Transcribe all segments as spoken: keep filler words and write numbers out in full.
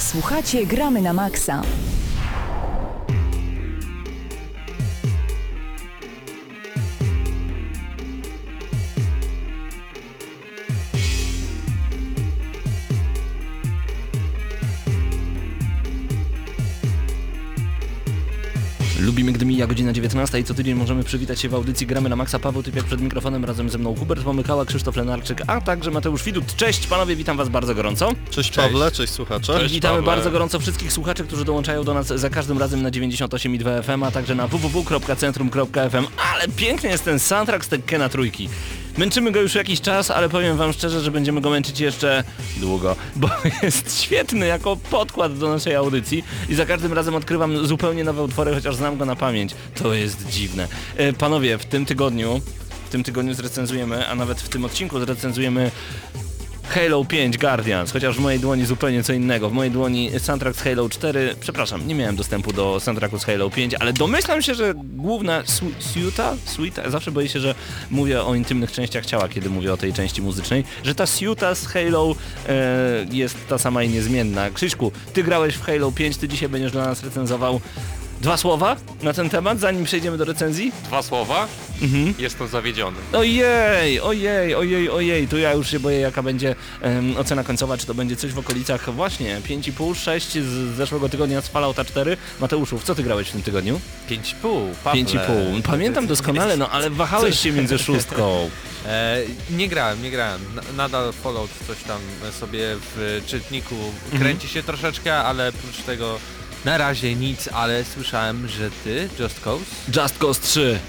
Słuchacie Gramy na Maxa. Lubimy, gdy mija godzina dziewiętnasta i co tydzień możemy przywitać się w audycji Gramy na Maxa. Paweł Typiak przed mikrofonem, razem ze mną Hubert Pomykała, Krzysztof Lenarczyk, a także Mateusz Widut. Cześć panowie, witam was bardzo gorąco. Cześć Pawle, cześć słuchacze. Cześć, Witamy Pawle. Bardzo gorąco wszystkich słuchaczy, którzy dołączają do nas za każdym razem na dziewięćdziesiąt osiem i dwa F M, a także na w w w kropka centrum kropka f m. Ale piękny jest ten soundtrack z Tekkena trójki. Męczymy go już jakiś czas, ale powiem wam szczerze, że będziemy go męczyć jeszcze długo, bo jest świetny jako podkład do naszej audycji i za każdym razem odkrywam zupełnie nowe utwory, chociaż znam go na pamięć. To jest dziwne. E, panowie, w tym tygodniu, w tym tygodniu zrecenzujemy, a nawet w tym odcinku zrecenzujemy Halo pięć Guardians, chociaż w mojej dłoni zupełnie co innego. W mojej dłoni soundtrack z Halo cztery, przepraszam, nie miałem dostępu do soundtracku z Halo pięć, ale domyślam się, że główna su- suita, suita, zawsze boję się, że mówię o intymnych częściach ciała, kiedy mówię o tej części muzycznej, że ta suita z Halo e, jest ta sama i niezmienna. Krzyśku, ty grałeś w Halo pięć, ty dzisiaj będziesz dla nas recenzował. Dwa słowa na ten temat, zanim przejdziemy do recenzji? Dwa słowa? Mhm. Jestem zawiedziony. Ojej, ojej, ojej, ojej, tu ja już się boję, jaka będzie um, ocena końcowa, czy to będzie coś w okolicach właśnie pięć i pół, sześć z zeszłego tygodnia z Fallouta cztery. Mateuszu, w co ty grałeś w tym tygodniu? pięć i pół, Pawle. pięć i pół, pamiętam doskonale, no ale wahałeś się między szóstką. E, nie grałem, nie grałem. Nadal Fallout coś tam sobie w czytniku kręci się troszeczkę, ale oprócz tego na razie nic, ale słyszałem, że ty, Just Cause? Just Cause trzy.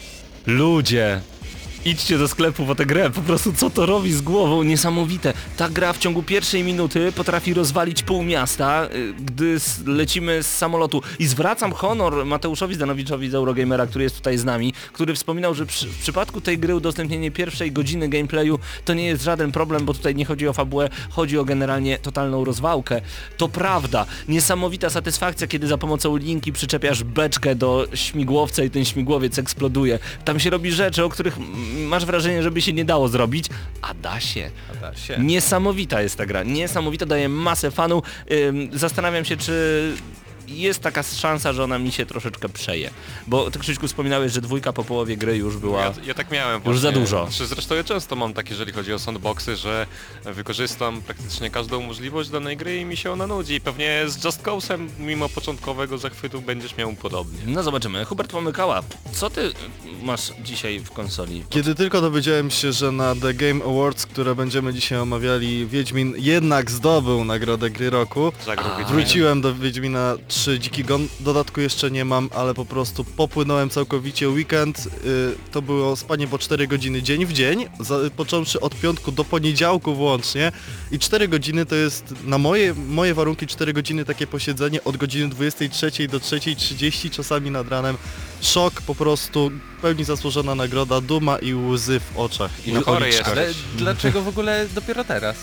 Ludzie. Idźcie do sklepu po tę grę, po prostu co to robi z głową, niesamowite. Ta gra w ciągu pierwszej minuty potrafi rozwalić pół miasta, gdy lecimy z samolotu. I zwracam honor Mateuszowi Zdanowiczowi z Eurogamera, który jest tutaj z nami, który wspominał, że przy, w przypadku tej gry udostępnienie pierwszej godziny gameplayu to nie jest żaden problem, bo tutaj nie chodzi o fabułę, chodzi o generalnie totalną rozwałkę. To prawda, niesamowita satysfakcja, kiedy za pomocą linki przyczepiasz beczkę do śmigłowca i ten śmigłowiec eksploduje. Tam się robi rzeczy, o których masz wrażenie, żeby się nie dało zrobić, a da się. A da się. Niesamowita jest ta gra, niesamowita, daje masę fanu. Ym, zastanawiam się, czy jest taka szansa, że ona mi się troszeczkę przeje. Bo ty, Krzyśku, wspominałeś, że dwójka po połowie gry już była... Ja, ja tak miałem już za dużo. Zresztą ja często mam tak, jeżeli chodzi o sandboxy, że wykorzystam praktycznie każdą możliwość danej gry i mi się ona nudzi. Pewnie z Just Cause'em, mimo początkowego zachwytu, będziesz miał podobnie. No zobaczymy. Hubert Pomykała, co ty masz dzisiaj w konsoli? Kiedy tylko dowiedziałem się, że na The Game Awards, które będziemy dzisiaj omawiali, Wiedźmin jednak zdobył nagrodę gry roku, wróciłem do Wiedźmina trzy Dziki Gon, dodatku jeszcze nie mam, ale po prostu popłynąłem całkowicie weekend, yy, to było spanie po cztery godziny dzień w dzień, za, począwszy od piątku do poniedziałku włącznie i cztery godziny to jest na moje, moje warunki cztery godziny takie posiedzenie od godziny dwudziestej trzeciej do trzeciej trzydzieści, czasami nad ranem. Szok, po prostu pełni zasłużona nagroda, duma i łzy w oczach i na policzkach. Ale dlaczego w ogóle dopiero teraz?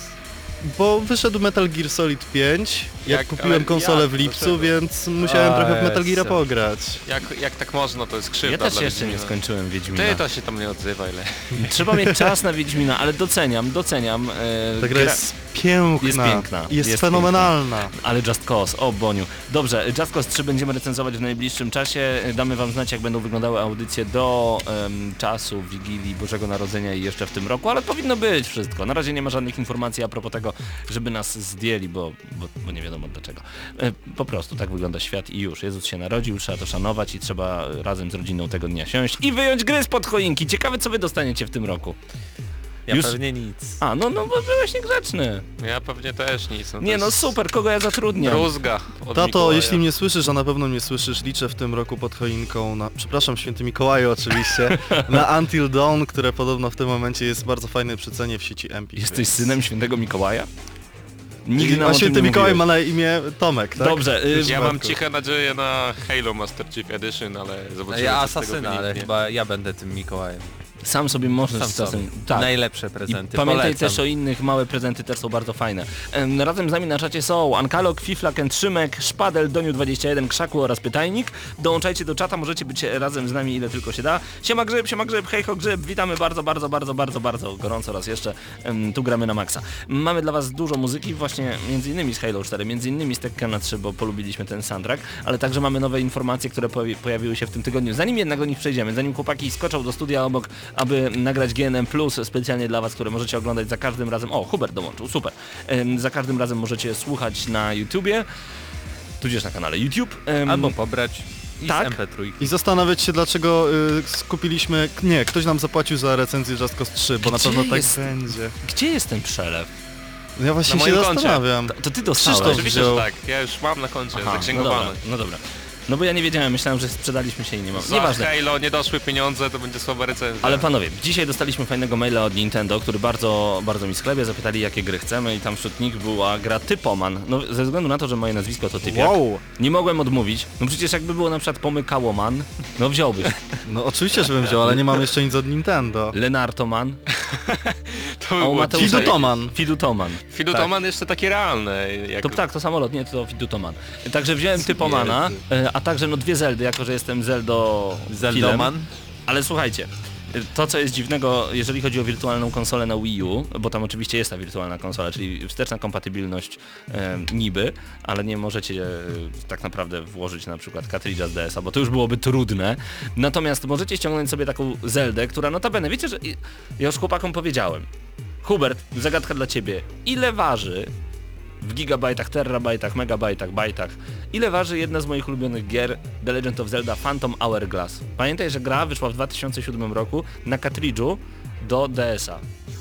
Bo wyszedł Metal Gear Solid pięć, jak, jak kupiłem konsolę w lipcu, dlaczego? Więc musiałem A, trochę w Metal Geara pograć. Jak, jak tak można, to jest krzywda. Ja też jeszcze Wiedźmina. Nie skończyłem Wiedźmina. Ty to się tam nie odzywaj, ile. Trzeba mieć czas na Wiedźmina, ale doceniam, doceniam. E, Ta gra jest piękna, jest piękna, jest, jest fenomenalna. Piękna. Ale Just Cause, o Boniu. Dobrze, Just Cause trzy będziemy recenzować w najbliższym czasie. Damy wam znać, jak będą wyglądały audycje do um, czasu Wigilii Bożego Narodzenia i jeszcze w tym roku, ale powinno być wszystko. Na razie nie ma żadnych informacji a propos tego, żeby nas zdjęli, bo, bo, bo nie wiadomo dlaczego. E, po prostu tak wygląda świat i już. Jezus się narodził, trzeba to szanować i trzeba razem z rodziną tego dnia siąść i wyjąć gry spod choinki. Ciekawe, co wy dostaniecie w tym roku. Ja Już... pewnie nic. A, no, no, bo byłeś niegrzeczny. Ja pewnie też nic. No nie no, super, kogo ja zatrudniam? Rózga. Tato, Mikołaja. Jeśli mnie słyszysz, a na pewno mnie słyszysz, liczę w tym roku pod choinką na, przepraszam, Święty Mikołaju oczywiście, na Until Dawn, które podobno w tym momencie jest bardzo fajne przy cenie w sieci Empik. Jesteś więc... synem Świętego Mikołaja? Nigdy nam a o Święty tym nie Mikołaj mówiłeś. ma na imię Tomek, tak? Dobrze. Y, ja mam ciche nadzieję na Halo Master Chief Edition, ale zobaczymy. Ja Asasyna, ale chyba ja będę tym Mikołajem. Sam sobie możesz Sam z czasem... sobie. Tak. Najlepsze I prezenty, pamiętaj polecam. też o innych, małe prezenty też są bardzo fajne. Em, razem z nami na czacie są Ankalog, Fiflak, Trzymek, Szpadel, Doniu dwadzieścia jeden, Krzaku oraz Pytajnik. Dołączajcie do czata, możecie być razem z nami ile tylko się da. Siema Grzyb, siema Grzyb, hejho Grzyb, witamy bardzo, bardzo, bardzo, bardzo, bardzo gorąco raz jeszcze. Em, tu gramy na maksa. Mamy dla was dużo muzyki, właśnie między innymi z Halo cztery, między innymi z Tekkena trzy, bo polubiliśmy ten soundtrack, ale także mamy nowe informacje, które pojawi pojawiły się w tym tygodniu. Zanim jednak o nich przejdziemy, zanim chłopaki skoczą do studia obok, aby nagrać G N M plus specjalnie dla was, które możecie oglądać za każdym razem. O, Hubert dołączył, super. Ym, za każdym razem możecie słuchać na YouTubie, tudzież na kanale YouTube. Ym, Albo pobrać i tak. z M P trzy. I zastanawiać się, dlaczego y, skupiliśmy... Nie, ktoś nam zapłacił za recenzję Just Cause trzy, bo na Gdzie pewno tak jest- będzie. Gdzie jest ten przelew? Ja właśnie Na się moim koncie. zastanawiam. To, to ty dostałeś. Krzysztof Oczywiście, wziął. że tak. Ja już mam na koncie, Aha, no zaksięgowany. dobra, no dobra. No bo ja nie wiedziałem, myślałem, że sprzedaliśmy się i nie mam. Za Nieważne. Halo nie doszły pieniądze, to będzie słaba recenzja. Ale panowie, dzisiaj dostaliśmy fajnego maila od Nintendo, który bardzo, bardzo mi sklebia, zapytali jakie gry chcemy i tam wśród nich była gra Typoman. No ze względu na to, że moje nazwisko to Typiak, Wow! nie mogłem odmówić. No przecież jakby było na przykład Pomykałoman, no wziąłbyś. No oczywiście, żebym wziął, ale nie mam jeszcze nic od Nintendo. Lenartoman, to by o było Mateusz dzisiaj. Fidutoman. Fidutoman. Fidutoman jeszcze takie realne. Jak... To tak, to samolot, nie, to Fidutoman. Także wziąłem Typomana, e, a także no dwie Zeldy, jako że jestem Zeldo Zeldoman. Ale słuchajcie, to co jest dziwnego, jeżeli chodzi o wirtualną konsolę na Wii U, bo tam oczywiście jest ta wirtualna konsola, czyli wsteczna kompatybilność e, niby, ale nie możecie e, tak naprawdę włożyć na przykład kartridża z D S a, bo to już byłoby trudne. Natomiast możecie ściągnąć sobie taką Zeldę, która notabene, wiecie, że ja już chłopakom powiedziałem. Hubert, zagadka dla ciebie. Ile waży w gigabajtach, terabajtach, megabajtach, bajtach, ile waży jedna z moich ulubionych gier The Legend of Zelda Phantom Hourglass? Pamiętaj, że gra wyszła w dwa tysiące siódmym roku na kartridżu do D S a.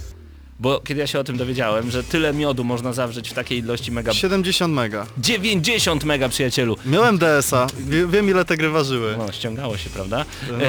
Bo kiedy ja się o tym dowiedziałem, że tyle miodu można zawrzeć w takiej ilości mega... siedemdziesiąt mega. dziewięćdziesiąt mega, przyjacielu! Miałem D S a, Wie, wiem ile te gry ważyły. No, ściągało się, prawda? Eee...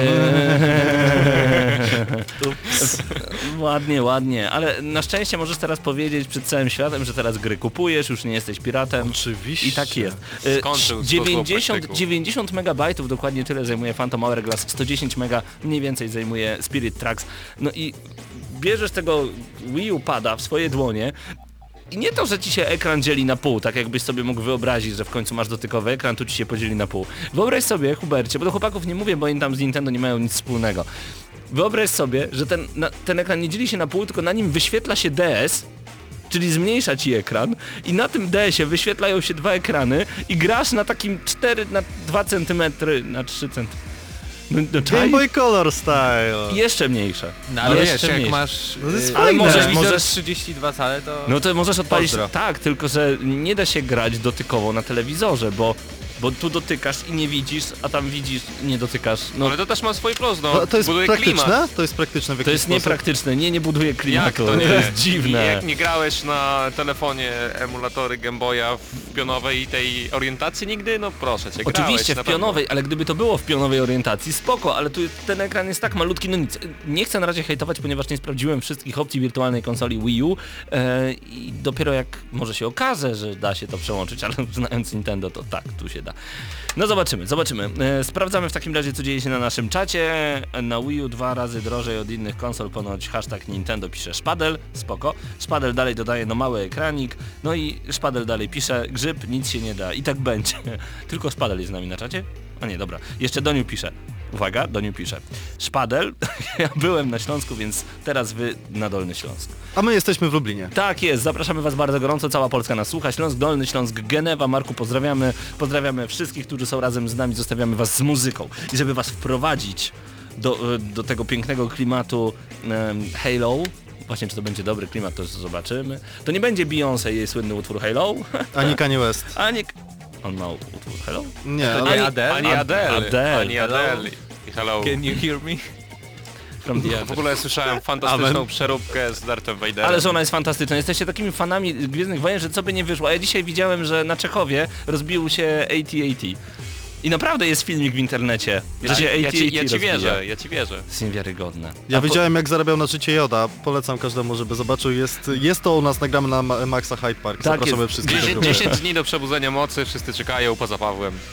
ładnie, ładnie, ale na szczęście możesz teraz powiedzieć przed całym światem, że teraz gry kupujesz, już nie jesteś piratem. Oczywiście. I tak jest. E, Skończył dziewięćdziesiąt, praktyku. dziewięćdziesiąt megabajtów dokładnie tyle zajmuje Phantom Hourglass, sto dziesięć mega mniej więcej zajmuje Spirit Tracks. No i bierzesz tego Wii U pada w swoje dłonie i nie to, że ci się ekran dzieli na pół, tak jakbyś sobie mógł wyobrazić, że w końcu masz dotykowy ekran, tu ci się podzieli na pół. Wyobraź sobie, Hubercie, bo do chłopaków nie mówię, bo oni tam z Nintendo nie mają nic wspólnego. Wyobraź sobie, że ten, na, ten ekran nie dzieli się na pół, tylko na nim wyświetla się D S, czyli zmniejsza ci ekran i na tym D S ie wyświetlają się dwa ekrany i grasz na takim cztery na dwa centymetry na trzy centymetry. No, no, Game czaj? Boy Color style. I jeszcze mniejsze. No ale Jeszcze wiesz, jak mniejsze. masz No to jest yy, fajne. możesz, Możesz- możesz trzydzieści dwa cale, to... No to możesz odpalić... Pozdro. Tak, tylko że nie da się grać dotykowo na telewizorze, bo, bo tu dotykasz i nie widzisz, a tam widzisz i nie dotykasz. No Ale to też ma swój plus, no. To, to jest buduje praktyczne? klimat. To jest praktyczne w to jakiś jest sposób? niepraktyczne, nie, nie buduje Jak klimatu, to nie? to jest dziwne. Jak nie grałeś na telefonie emulatory Game Boya w pionowej i tej orientacji nigdy? No proszę cię, grałeś Oczywiście na w pewno. pionowej, ale gdyby to było w pionowej orientacji, spoko, ale tu ten ekran jest tak malutki, no nic. Nie chcę na razie hejtować, ponieważ nie sprawdziłem wszystkich opcji wirtualnej konsoli Wii U e, i dopiero jak może się okaże, że da się to przełączyć, ale znając Nintendo to tak, tu się da. No zobaczymy, zobaczymy. E, sprawdzamy w takim razie, co dzieje się na naszym czacie. Na Wii U dwa razy drożej od innych konsol, ponoć hashtag Nintendo pisze Szpadel, spoko. Szpadel dalej dodaje no mały ekranik, no i Szpadel dalej pisze Grzyb, nic się nie da i tak będzie. Tylko Szpadel jest z nami na czacie? A nie, dobra. Jeszcze Doniu pisze. Uwaga, Doniu pisze. Szpadel, ja byłem na Śląsku, więc teraz wy na Dolny Śląsk. A my jesteśmy w Lublinie. Tak jest, zapraszamy was bardzo gorąco, cała Polska nas słucha, Śląsk, Dolny Śląsk, Genewa, Marku pozdrawiamy, pozdrawiamy wszystkich, którzy są razem z nami, zostawiamy was z muzyką. I żeby was wprowadzić do, do tego pięknego klimatu um, Halo, właśnie czy to będzie dobry klimat, to zobaczymy, to nie będzie Beyoncé i jej słynny utwór Halo, Ani Kanye West. a nie... On ma utwór Hello? Nie, To ale... nie Adele? Ani Adele. Adele. Ani Adele. I hello. Can you hear me? From the W Other. ogóle słyszałem fantastyczną Amen. przeróbkę z Darthem Vaderem. Ale że ona jest fantastyczna. Jesteście takimi fanami Gwiezdnych Wojen, że co by nie wyszło. A ja dzisiaj widziałem, że na Czechowie rozbił się A T A T. I naprawdę jest filmik w internecie, że się ja, ja, A T A T ci, ja ci rozbija. wierzę, ja ci wierzę. To jest niewiarygodne. Ja A po- widziałem jak zarabiał na życie Joda. Polecam każdemu, żeby zobaczył. Jest, jest to u nas, nagramy na Ma- Maxa Hyde Park. Tak Zapraszamy jest. wszystkich do dziesięć, grupy. dziesięć dni do przebudzenia mocy, wszyscy czekają poza Pawłem.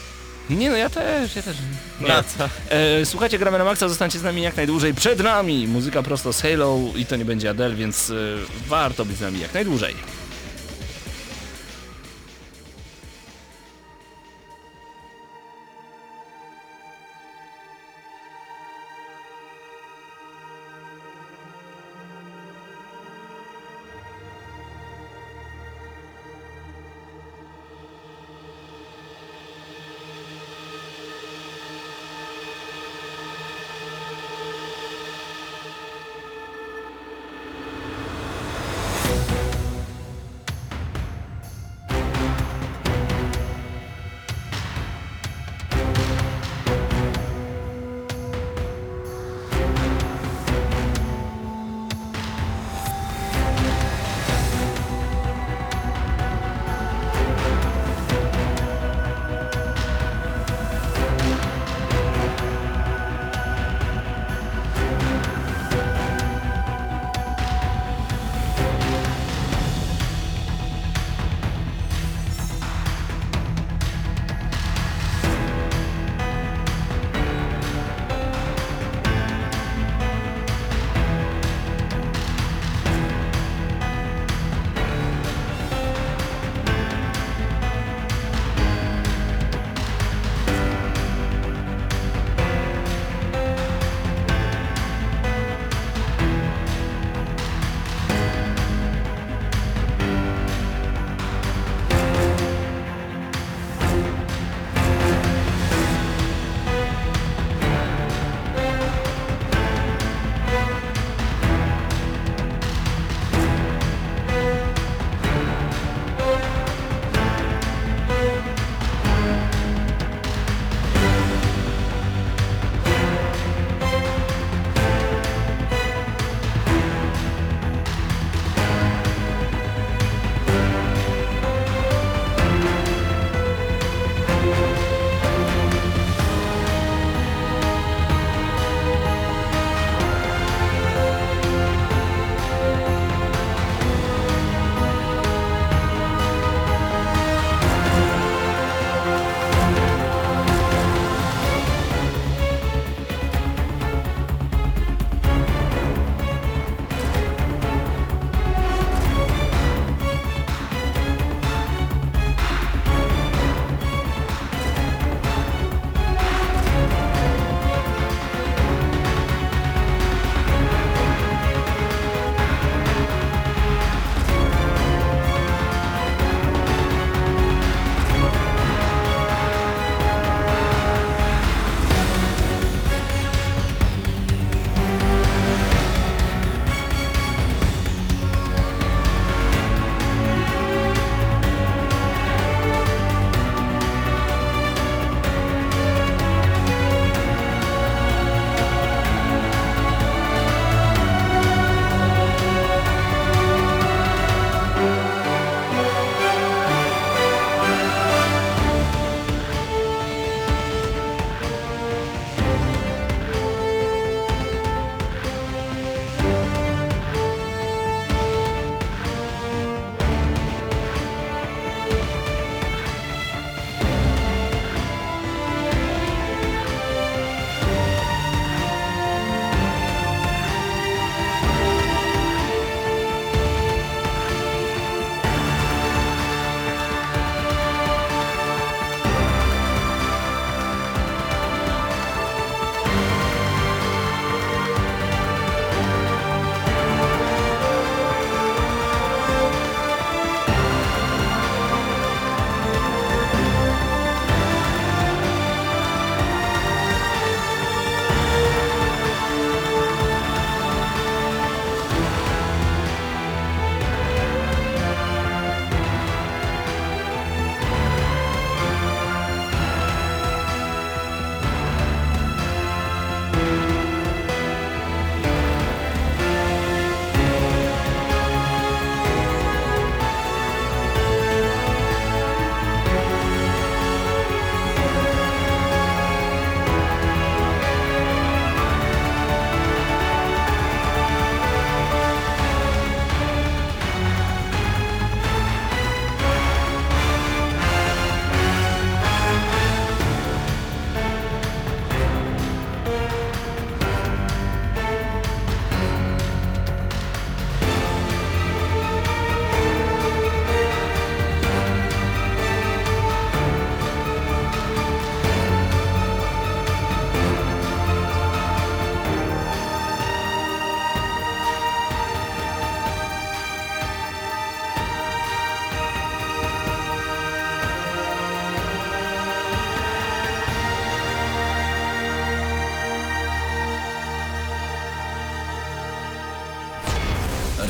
Nie no, ja też, ja też. Nie. Na co? E, słuchajcie, gramy na maksa, zostańcie z nami jak najdłużej. Przed nami muzyka prosto z Halo i to nie będzie Adele, więc e, warto być z nami jak najdłużej.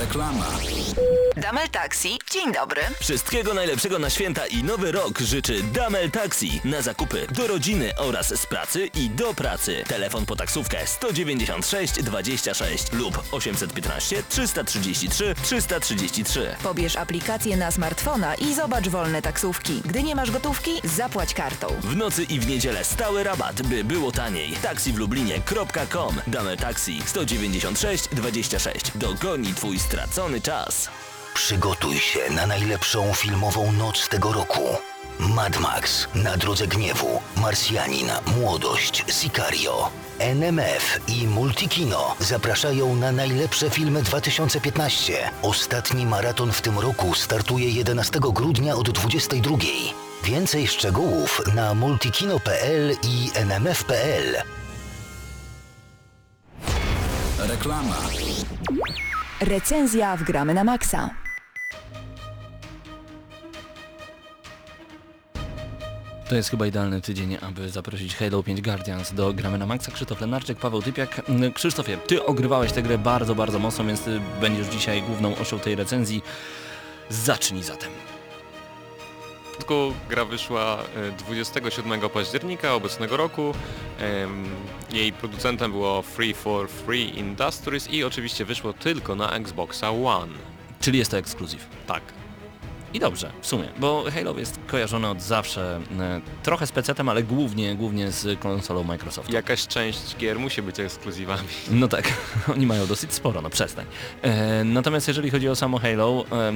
Reklama. Damel Taxi, dzień dobry. Wszystkiego najlepszego na święta i nowy rok życzy Damel Taxi. Na zakupy do rodziny oraz z pracy i do pracy. Telefon po taksówkę sto dziewięćdziesiąt sześć dwadzieścia sześć lub osiemset piętnaście trzysta trzydzieści trzy trzysta trzydzieści trzy. Pobierz aplikację na smartfona i zobacz wolne taksówki. Gdy nie masz gotówki, zapłać kartą. W nocy i w niedzielę stały rabat, by było taniej. taksi w lublinie kropka com. Damel Taxi sto dziewięćdziesiąt sześć dwadzieścia sześć. Dogoni twój stracony czas. Przygotuj się na najlepszą filmową noc tego roku. Mad Max, Na drodze gniewu, Marsjanin, Młodość, Sicario. N M F i Multikino zapraszają na najlepsze filmy dwa tysiące piętnaście. Ostatni maraton w tym roku startuje jedenastego grudnia od dwudziestej drugiej. Więcej szczegółów na multikino kropka p l i n m f kropka p l. Reklama. Recenzja w Gramy na Maxa. To jest chyba idealny tydzień, aby zaprosić Halo pięć Guardians do Gramy na Maxa. Krzysztof Lenarczyk, Paweł Typiak. Krzysztofie, ty ogrywałeś tę grę bardzo, bardzo mocno, więc ty będziesz dzisiaj główną osią tej recenzji. Zacznij zatem. Gra wyszła dwudziestego siódmego października obecnego roku. Jej producentem było Free for Free Industries i oczywiście wyszło tylko na Xboxa One. Czyli jest to ekskluzyw. Tak. I dobrze, w sumie, bo Halo jest kojarzone od zawsze e, trochę z pecetem, ale głównie, głównie z konsolą Microsoftu. Jakaś część gier musi być ekskluzywami. No tak, oni mają dosyć sporo, no przestań. E, natomiast jeżeli chodzi o samo Halo, e,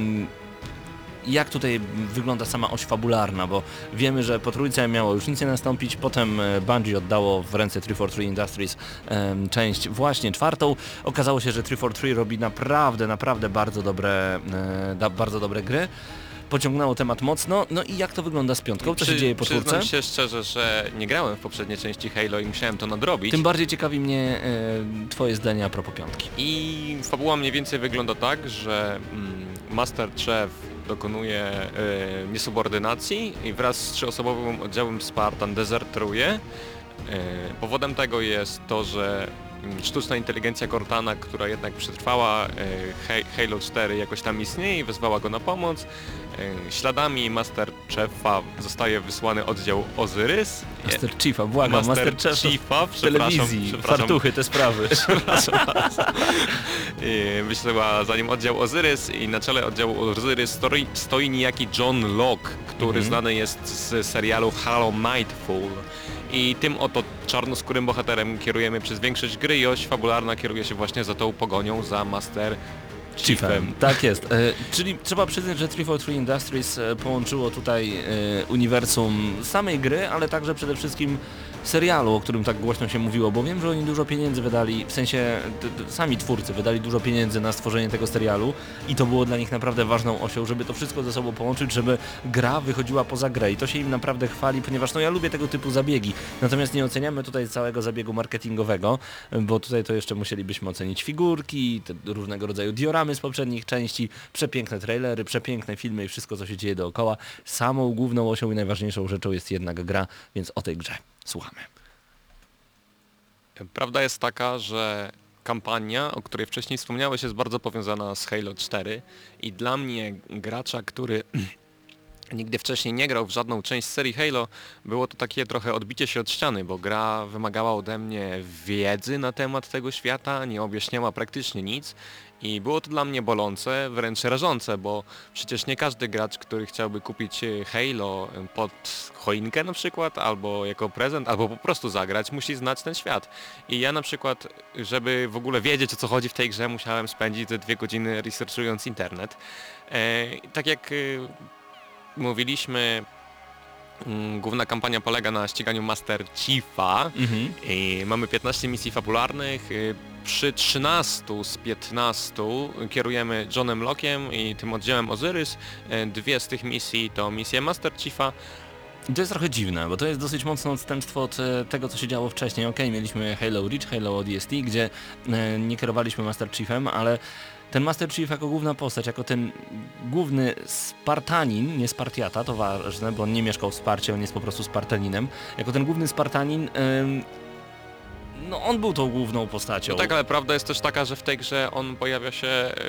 jak tutaj wygląda sama oś fabularna, bo wiemy, że po trójce miało już nic nie nastąpić, potem Bungie oddało w ręce trzy cztery trzy Industries um, część właśnie czwartą. Okazało się, że trzy cztery trzy robi naprawdę, naprawdę bardzo dobre, e, da, bardzo dobre gry. Pociągnęło temat mocno, no i jak to wygląda z piątką? Co Przy, się dzieje po czwórce? Przyznam się szczerze, że nie grałem w poprzedniej części Halo i musiałem to nadrobić. Tym bardziej ciekawi mnie e, twoje zdanie a propos piątki. I fabuła mniej więcej wygląda tak, że mm, Master Chief dokonuje y, niesubordynacji i wraz z trzyosobowym oddziałem Spartan dezerteruje. Y, powodem tego jest to, że sztuczna inteligencja Cortana, która jednak przetrwała y, Halo cztery, jakoś tam istnieje i wezwała go na pomoc. Y, śladami Master Chiefa zostaje wysłany oddział Ozyrys. Master Chiefa, błagam, Master, Master Chief Chiefa, w telewizji, fartuchy, te sprawy. Przepraszam bardzo. Wysyła za nim oddział Ozyrys i na czele oddziału Ozyrys stoi, stoi niejaki John Locke, który mm-hmm. znany jest z serialu Halo Nightfall. I tym oto czarnoskórym bohaterem kierujemy przez większość gry i oś fabularna kieruje się właśnie za tą pogonią za Master Chiefem. Tak jest. E, czyli trzeba przyznać, że trzy cztery trzy Industries e, połączyło tutaj e, uniwersum samej gry, ale także przede wszystkim serialu, o którym tak głośno się mówiło, bo wiem, że oni dużo pieniędzy wydali, w sensie d- d- sami twórcy wydali dużo pieniędzy na stworzenie tego serialu i to było dla nich naprawdę ważną osią, żeby to wszystko ze sobą połączyć, żeby gra wychodziła poza grę i to się im naprawdę chwali, ponieważ no ja lubię tego typu zabiegi, natomiast nie oceniamy tutaj całego zabiegu marketingowego, bo tutaj to jeszcze musielibyśmy ocenić figurki, te różnego rodzaju dioramy z poprzednich części, przepiękne trailery, przepiękne filmy i wszystko, co się dzieje dookoła. Samą główną osią i najważniejszą rzeczą jest jednak gra, więc o tej grze słuchamy. Prawda jest taka, że kampania, o której wcześniej wspomniałeś, jest bardzo powiązana z Halo cztery i dla mnie, gracza, który nigdy wcześniej nie grał w żadną część serii Halo, było to takie trochę odbicie się od ściany, bo gra wymagała ode mnie wiedzy na temat tego świata, nie objaśniała praktycznie nic i było to dla mnie bolące, wręcz rażące, bo przecież nie każdy gracz, który chciałby kupić Halo pod choinkę na przykład, albo jako prezent, albo po prostu zagrać, musi znać ten świat. I ja na przykład, żeby w ogóle wiedzieć, o co chodzi w tej grze, musiałem spędzić te dwie godziny researchując internet. E, tak jak mówiliśmy, główna kampania polega na ściganiu Master Chiefa mhm. i mamy piętnaście misji fabularnych. Przy trzynastu z piętnastu kierujemy Johnem Lockiem i tym oddziałem Ozyrys. Dwie z tych misji to misje Master Chiefa. I to jest trochę dziwne, bo to jest dosyć mocne odstępstwo od tego, co się działo wcześniej. Okej, okay, mieliśmy Halo Reach, Halo O D S T, gdzie nie kierowaliśmy Master Chiefem, ale ten Master Chief jako główna postać, jako ten główny Spartanin, nie Spartiata, to ważne, bo on nie mieszkał w Sparcie, on jest po prostu Spartaninem. Jako ten główny Spartanin ym, no on był tą główną postacią. No tak, ale prawda jest też taka, że w tej grze on pojawia się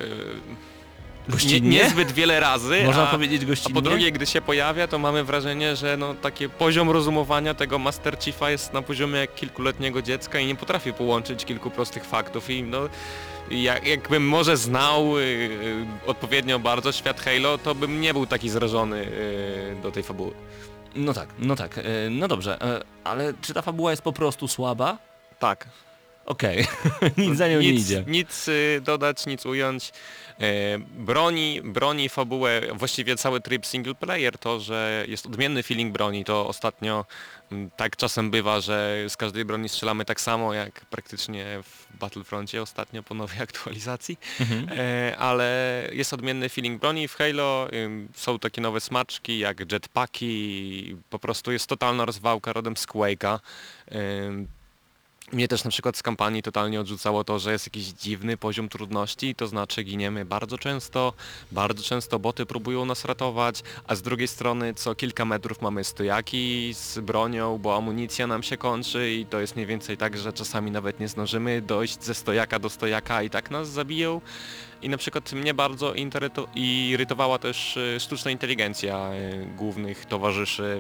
yy, Gościnnie? nie, niezbyt wiele razy, Można a, powiedzieć a gościnnie? po drugie, gdy się pojawia, to mamy wrażenie, że no taki poziom rozumowania tego Master Chiefa jest na poziomie jak kilkuletniego dziecka i nie potrafi połączyć kilku prostych faktów i no jak, jakbym może znał yy, odpowiednio bardzo świat Halo, to bym nie był taki zrażony yy, do tej fabuły. No tak, no tak, e, no dobrze, e, ale czy ta fabuła jest po prostu słaba? Tak. Okej, nic za nią nic, nie idzie. Nic y, dodać, nic ująć. E, broni, broni fabułę, właściwie cały tryb single player, to, że jest odmienny feeling broni, to ostatnio m, tak czasem bywa, że z każdej broni strzelamy tak samo jak praktycznie w Battlefroncie ostatnio po nowej aktualizacji, Mhm. e, ale jest odmienny feeling broni. W Halo ym, są takie nowe smaczki jak jetpacki, po prostu jest totalna rozwałka rodem z Quake'a. Ym, Mnie też na przykład z kampanii totalnie odrzucało to, że jest jakiś dziwny poziom trudności, to znaczy giniemy bardzo często, bardzo często boty próbują nas ratować, a z drugiej strony co kilka metrów mamy stojaki z bronią, bo amunicja nam się kończy i to jest mniej więcej tak, że czasami nawet nie zdążymy dojść ze stojaka do stojaka i tak nas zabiją. I na przykład mnie bardzo interyto- irytowała też y, sztuczna inteligencja y, głównych towarzyszy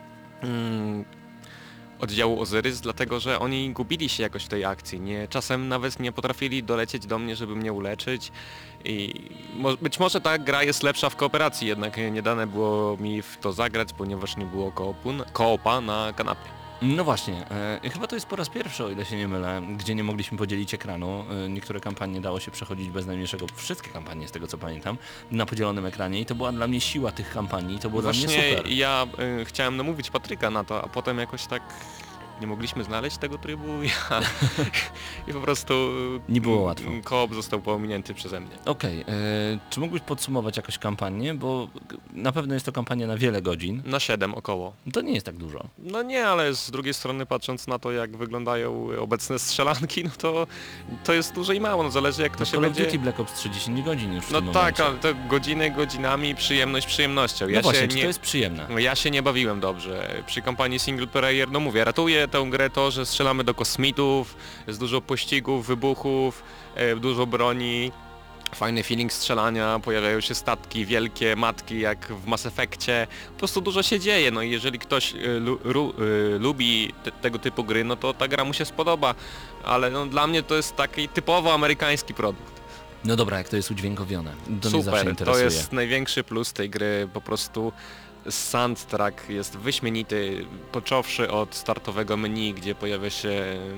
mm, oddziału Ozyrys, dlatego że oni gubili się jakoś w tej akcji, nie, czasem nawet nie potrafili dolecieć do mnie, żeby mnie uleczyć i mo być może ta gra jest lepsza w kooperacji, jednak nie dane było mi w to zagrać, ponieważ nie było koopu, koopa na kanapie. No właśnie, e, chyba to jest po raz pierwszy, o ile się nie mylę, gdzie nie mogliśmy podzielić ekranu. E, niektóre kampanie dało się przechodzić bez najmniejszego, wszystkie kampanie z tego co pamiętam, na podzielonym ekranie i to była dla mnie siła tych kampanii, to było dla mnie Właśnie super. ja y, chciałem namówić Patryka na to, a potem jakoś tak nie mogliśmy znaleźć tego trybu ja, i po prostu Nie było łatwo. koop został pominięty przeze mnie. Okej, e, czy mógłbyś podsumować jakoś kampanię, bo g- na pewno jest to kampania na wiele godzin, Na siedem około. to nie jest tak dużo. No nie, ale z drugiej strony patrząc na to, jak wyglądają obecne strzelanki, no to to jest dużo i mało, no zależy jak to To się Call of będzie... Duty Black Ops trzydzieści godzin już w No tym tak, momencie. ale to godziny godzinami, przyjemność przyjemnością. Ja No właśnie, się czy nie... to jest przyjemne? No ja się nie bawiłem dobrze. Przy kampanii single player, no mówię, ratuje tę grę to, że strzelamy do kosmitów, jest dużo pościgów, wybuchów, e, dużo broni, fajny feeling strzelania, pojawiają się statki, wielkie matki jak w Mass Effectie, po prostu dużo się dzieje, no i jeżeli ktoś e, lu, ru, e, lubi te, tego typu gry, no to ta gra mu się spodoba, ale no, dla mnie to jest taki typowo amerykański produkt. No dobra, jak to jest udźwiękowione, to mnie zawsze Super, to interesuje. jest największy plus tej gry, po prostu soundtrack jest wyśmienity, począwszy od startowego menu, gdzie pojawia się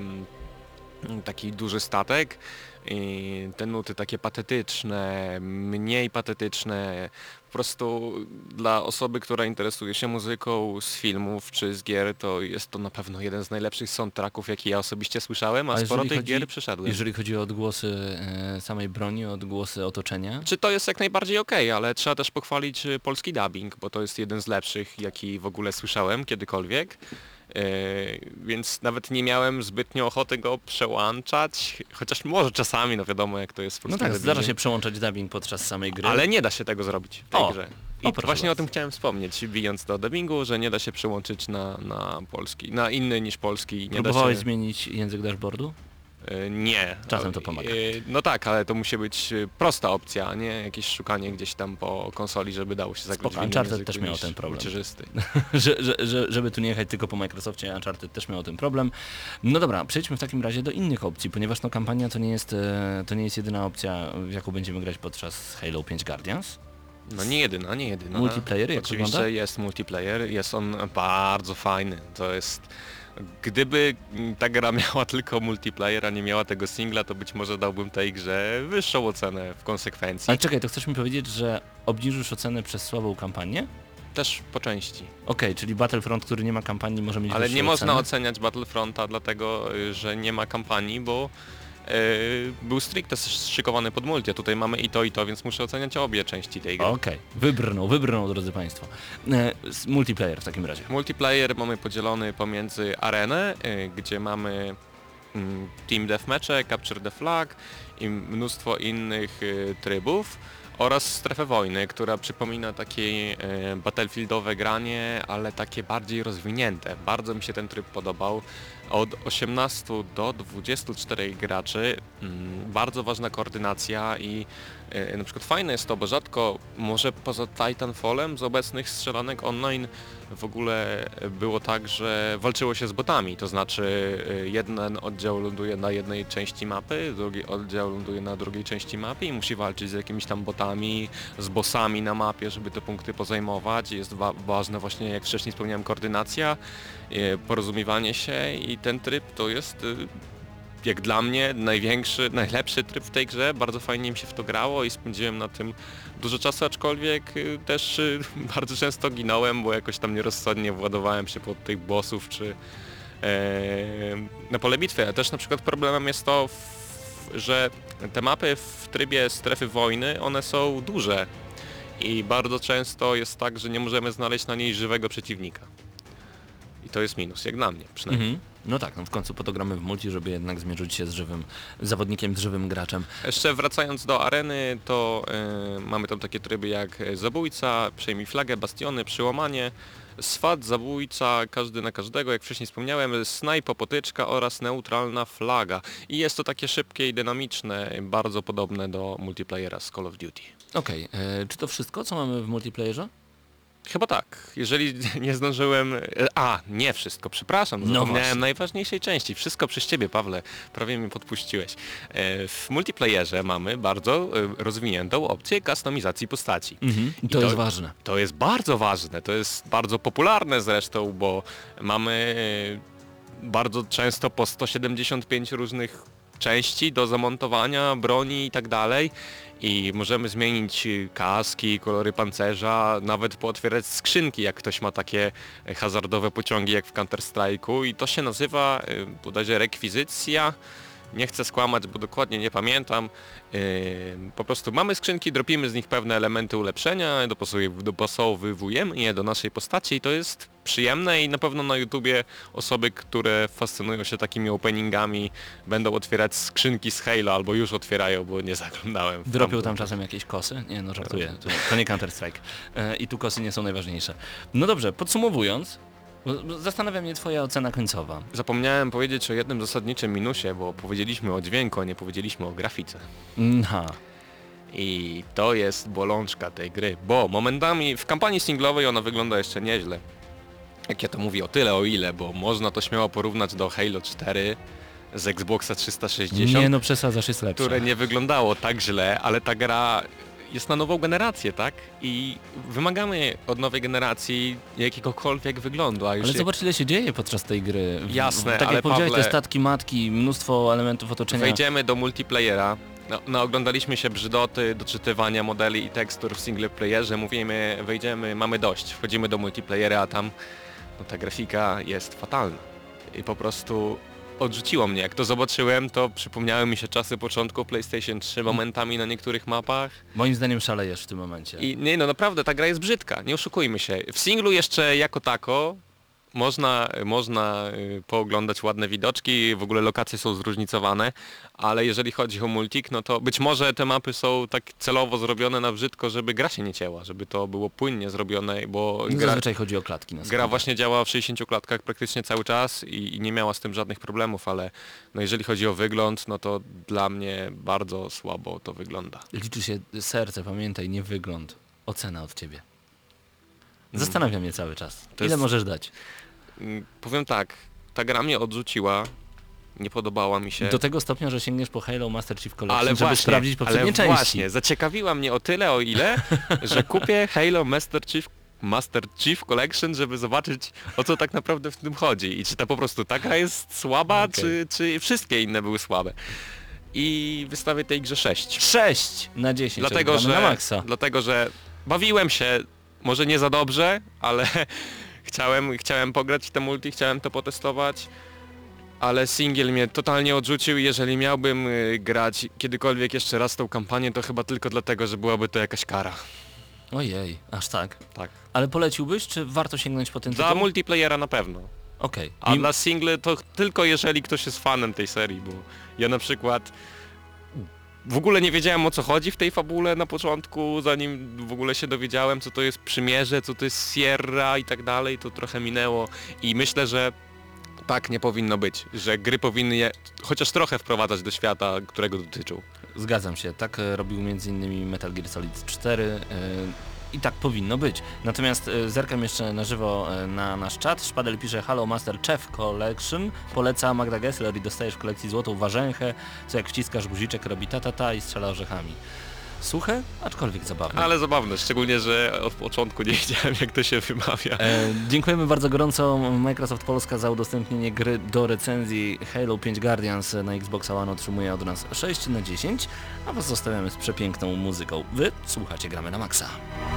mm, taki duży statek i te nuty takie patetyczne, mniej patetyczne, po prostu dla osoby, która interesuje się muzyką z filmów czy z gier, to jest to na pewno jeden z najlepszych soundtracków, jaki ja osobiście słyszałem, a, A sporo jeżeli tych chodzi- gier przeszedłem. Jeżeli chodzi o odgłosy e, samej broni, o odgłosy otoczenia, Czy to jest jak najbardziej okej, ale trzeba też pochwalić y, polski dubbing, bo to jest jeden z lepszych, jaki w ogóle słyszałem kiedykolwiek. Yy, więc nawet nie miałem zbytnio ochoty go przełączać, chociaż może czasami, no wiadomo jak to jest w no polskim tak, dubbingu. zdarza się przełączać dubbing podczas samej gry. Ale nie da się tego zrobić w tej O, grze. o, I proszę właśnie bardzo. o tym chciałem wspomnieć, bijąc do dubbingu, że nie da się przełączyć na, na polski, na inny niż polski. Nie da Próbowałeś się... zmienić język dashboardu? Yy, Nie. Czasem to pomaga. Yy, No tak, ale to musi być yy, prosta opcja, a nie jakieś szukanie gdzieś tam po konsoli, żeby dało się zagrać Spoko, w innym Uncharted języku też miał niż ten problem. macierzysty. że, że, że, żeby tu nie jechać tylko po Microsoftie, Uncharted też miał o tym problem. No dobra, przejdźmy w takim razie do innych opcji, ponieważ no kampania to nie jest, e, to nie jest jedyna opcja, w jaką będziemy grać podczas Halo pięć Guardians. No nie jedyna, nie jedyna. Multiplayer jak Oczywiście wygląda? jest multiplayer, jest on bardzo fajny. To jest... Gdyby ta gra miała tylko multiplayer, a nie miała tego singla, to być może dałbym tej grze wyższą ocenę w konsekwencji. Ale czekaj, to chcesz mi powiedzieć, że obniżysz ocenę przez słabą kampanię? Też po części. Okej, czyli Battlefront, który nie ma kampanii, może mieć Ale wyższą nie można ocenę? oceniać Battlefronta dlatego, y, że nie ma kampanii, bo yy, był stricte szykowany pod multi, a tutaj mamy i to i to, więc muszę oceniać obie części tej gry. Okej, wybrnął, wybrnął, drodzy Państwo. E, s- multiplayer w takim razie. Multiplayer mamy podzielony pomiędzy arenę, y, gdzie mamy mm, team deathmatche, capture the flag i mnóstwo innych y, trybów oraz Strefę Wojny, która przypomina takie e, battlefieldowe granie, ale takie bardziej rozwinięte. Bardzo mi się ten tryb podobał. Od osiemnastu do dwudziestu czterech graczy, mm, bardzo ważna koordynacja i e, na przykład fajne jest to, bo rzadko, może poza Titanfallem z obecnych strzelanek online w ogóle było tak, że walczyło się z botami, to znaczy e, jeden oddział ląduje na jednej części mapy, drugi oddział ląduje na drugiej części mapy i musi walczyć z jakimiś tam botami, z bossami na mapie, żeby te punkty pozajmować. Jest wa ważne właśnie, jak wcześniej wspomniałem, koordynacja, e, porozumiewanie się i ten tryb to jest e, jak dla mnie największy, najlepszy tryb w tej grze. Bardzo fajnie mi się w to grało i spędziłem na tym dużo czasu, aczkolwiek y, też y, bardzo często ginąłem, bo jakoś tam nierozsądnie władowałem się pod tych bossów czy e, na pole bitwy. A też na przykład problemem jest to, w, że te mapy w trybie Strefy Wojny, one są duże i bardzo często jest tak, że nie możemy znaleźć na niej żywego przeciwnika. I to jest minus, jak dla mnie przynajmniej. Mhm. No tak, no w końcu po to gramy w multi, żeby jednak zmierzyć się z żywym zawodnikiem, z żywym graczem. Jeszcze wracając do areny, to y, mamy tam takie tryby jak zabójca, przejmij flagę, bastiony, przyłamanie, swat, zabójca, każdy na każdego, jak wcześniej wspomniałem, snajpa, potyczka oraz neutralna flaga. I jest to takie szybkie i dynamiczne, bardzo podobne do multiplayera z Call of Duty. Okej, okay. Czy to wszystko, co mamy w multiplayerze? Chyba tak. Jeżeli nie zdążyłem... A, nie wszystko, przepraszam, No zapomniałem właśnie. najważniejszej części. Wszystko przez ciebie, Pawle. Prawie mnie podpuściłeś. W multiplayerze mamy bardzo rozwiniętą opcję kustomizacji postaci. Mhm. I to, I jest ważne. To jest bardzo ważne. To jest bardzo popularne zresztą, bo mamy bardzo często po sto siedemdziesiąt pięć różnych części do zamontowania, broni i tak dalej. I możemy zmienić kaski, kolory pancerza, nawet pootwierać skrzynki, jak ktoś ma takie hazardowe pociągi jak w Counter-Strike'u i to się nazywa bodajże rekwizycja. Nie chcę skłamać, bo dokładnie nie pamiętam. Yy, po prostu mamy skrzynki, dropimy z nich pewne elementy ulepszenia, dopasowujemy je do naszej postaci i to jest przyjemne i na pewno na YouTubie osoby, które fascynują się takimi openingami, będą otwierać skrzynki z Halo albo już otwierają, bo nie zaglądałem. Dropią tam czasem jakieś kosy? Nie, no żartuję, to, to nie Counter-Strike. Yy, I tu kosy nie są najważniejsze. No dobrze, podsumowując, zastanawia mnie twoja ocena końcowa. Zapomniałem powiedzieć o jednym zasadniczym minusie, bo powiedzieliśmy o dźwięku, a nie powiedzieliśmy o grafice. Aha. I to jest bolączka tej gry, bo momentami w kampanii singlowej ona wygląda jeszcze nieźle. Jak ja to mówię, o tyle o ile, bo można to śmiało porównać do Halo cztery z Xboxa trzysta sześćdziesiąt. Nie no, przesadzasz, jest lepsze. Które nie wyglądało tak źle, ale ta gra jest na nową generację, tak? I wymagamy od nowej generacji jakiegokolwiek wyglądu, a już Ale jak... zobacz, ile się dzieje podczas tej gry. Jasne, tak ale jak powiedziałeś, Pawle, te statki matki, mnóstwo elementów otoczenia. Wejdziemy do multiplayera, no, no oglądaliśmy się brzydoty, doczytywania modeli i tekstur w single playerze, mówimy, wejdziemy, mamy dość, wchodzimy do multiplayera, a tam no, ta grafika jest fatalna. I po prostu odrzuciło mnie. Jak to zobaczyłem, to przypomniały mi się czasy początku PlayStation trzy momentami na niektórych mapach. Moim zdaniem szalejesz w tym momencie. I nie no naprawdę, ta gra jest brzydka, nie oszukujmy się. W singlu jeszcze jako tako można, można y, pooglądać ładne widoczki, w ogóle lokacje są zróżnicowane, ale jeżeli chodzi o multik, no to być może te mapy są tak celowo zrobione na brzydko, żeby gra się nie cięła, żeby to było płynnie zrobione, bo gra, Zazwyczaj chodzi o klatki na gra właśnie działa w sześćdziesięciu klatkach praktycznie cały czas i, i nie miała z tym żadnych problemów, ale no jeżeli chodzi o wygląd, no to dla mnie bardzo słabo to wygląda. Liczy się serce, pamiętaj, nie wygląd. Ocena od ciebie. Zastanawia mnie cały czas. To Ile jest- możesz dać? Mm, Powiem tak, ta gra mnie odrzuciła, nie podobała mi się. Do tego stopnia, że sięgniesz po Halo Master Chief Collection, Ale żeby właśnie, sprawdzić poprzednie ale części. właśnie, zaciekawiła mnie o tyle, o ile, że kupię Halo Master Chief, Master Chief Collection, żeby zobaczyć, o co tak naprawdę w tym chodzi i czy ta po prostu ta gra jest słaba, Okej. czy, czy wszystkie inne były słabe. I wystawię tej grze sześć. sześć na dziesięć. Dlatego, odgramy że, na maksa. dlatego, że bawiłem się, może nie za dobrze, ale chciałem, chciałem pograć w te multi, chciałem to potestować, ale singiel mnie totalnie odrzucił i jeżeli miałbym y, grać kiedykolwiek jeszcze raz tą kampanię, to chyba tylko dlatego, że byłaby to jakaś kara. Ojej, aż tak. Tak. Ale poleciłbyś, czy warto sięgnąć po ten Dla tytuł? multiplayera na pewno. Okej. A Mim- dla single to tylko jeżeli ktoś jest fanem tej serii, bo ja na przykład w ogóle nie wiedziałem o co chodzi w tej fabule na początku, zanim w ogóle się dowiedziałem co to jest przymierze, co to jest Sierra i tak dalej, to trochę minęło i myślę, że tak nie powinno być, że gry powinny je chociaż trochę wprowadzać do świata, którego dotyczą. Zgadzam się, tak e, robił między innymi Metal Gear Solid cztery e, i tak powinno być. Natomiast e, zerkam jeszcze na żywo e, na nasz czat. Szpadel pisze Halo Master Chief Collection, poleca Magda Gessler i dostajesz w kolekcji złotą warzęchę, co jak wciskasz guziczek robi ta ta ta i strzela orzechami. Suche, aczkolwiek zabawne. Ale zabawne, szczególnie, że od początku nie wiedziałem jak to się wymawia. E, dziękujemy bardzo gorąco Microsoft Polska za udostępnienie gry do recenzji. Halo pięć Guardians na Xbox One otrzymuje od nas sześć na dziesięć, a was zostawiamy z przepiękną muzyką. Wy słuchacie Gramy na Maxa.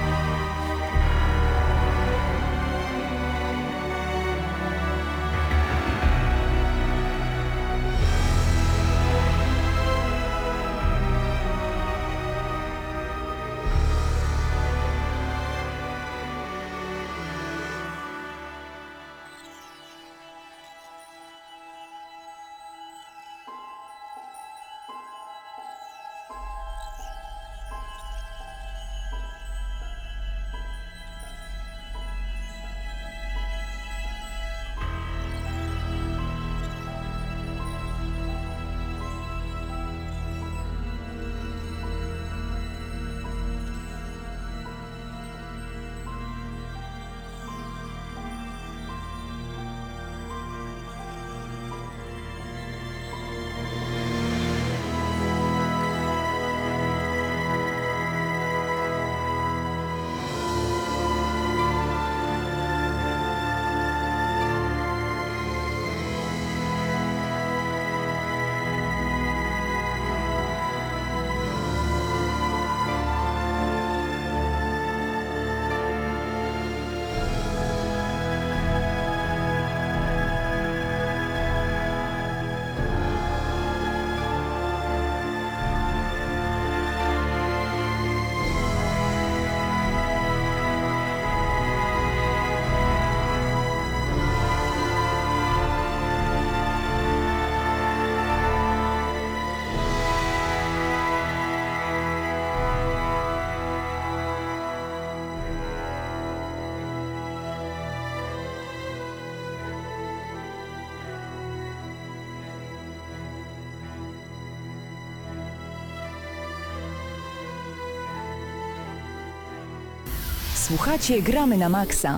Słuchacie Gramy na Maxa.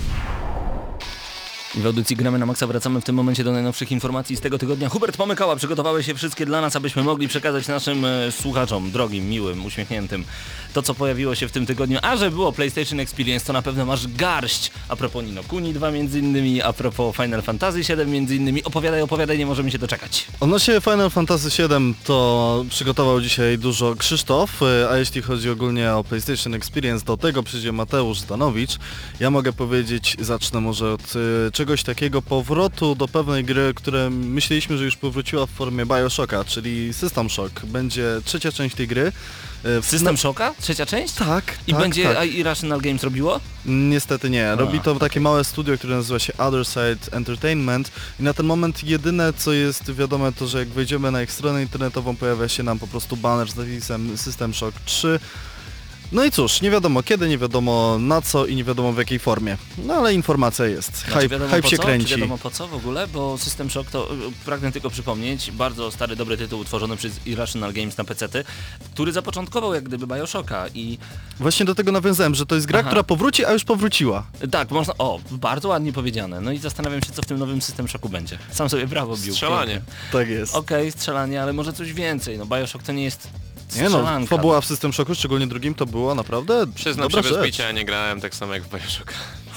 W audycji Gramy na Maxa wracamy w tym momencie do najnowszych informacji z tego tygodnia. Hubert Pomykała przygotowałeś się wszystkie dla nas, abyśmy mogli przekazać naszym e, słuchaczom, drogim, miłym, uśmiechniętym, to co pojawiło się w tym tygodniu. A że było PlayStation Experience, to na pewno masz garść. A propos Ni no Kuni dwa między innymi, a propos Final Fantasy siedem między innymi. Opowiadaj, opowiadaj, nie możemy się doczekać. Odnośnie Final Fantasy siedem to przygotował dzisiaj dużo Krzysztof, a jeśli chodzi ogólnie o PlayStation Experience, do tego przyjdzie Mateusz Zdanowicz. Ja mogę powiedzieć, zacznę może od y, czegoś takiego, powrotu do pewnej gry, które myśleliśmy, że już powróciła w formie Bioshocka, czyli System Shock. Będzie trzecia część tej gry. W System Shocka? Trzecia część? Tak, I tak, będzie tak. Irrational Games robiło? Niestety nie. Robi A, to okay. takie małe studio, które nazywa się Other Side Entertainment i na ten moment jedyne co jest wiadome to, że jak wejdziemy na ich stronę internetową pojawia się nam po prostu banner z napisem System Shock trzy. No i cóż, nie wiadomo kiedy, nie wiadomo na co i nie wiadomo w jakiej formie. No ale informacja jest. Znaczy, Hype, hype się co? kręci. Czy wiadomo po co w ogóle? Bo System Shock to, pragnę tylko przypomnieć, bardzo stary, dobry tytuł utworzony przez Irrational Games na pecety, który zapoczątkował jak gdyby Bioshocka i... Właśnie do tego nawiązałem, że to jest gra, Aha. która powróci, a już powróciła. Tak, można... O, bardzo ładnie powiedziane. No i zastanawiam się, co w tym nowym System Shocku będzie. Sam sobie brawo bił. Strzelanie. Pięknie. Tak jest. Okej, okay, strzelanie, ale może coś więcej. No Bioshock to nie jest Nie no, strzelanka. fabuła w System Shocku, szczególnie drugim, to było naprawdę Przyznam dobra się bez rzecz. bicia, nie grałem tak samo jak w Bioshocka.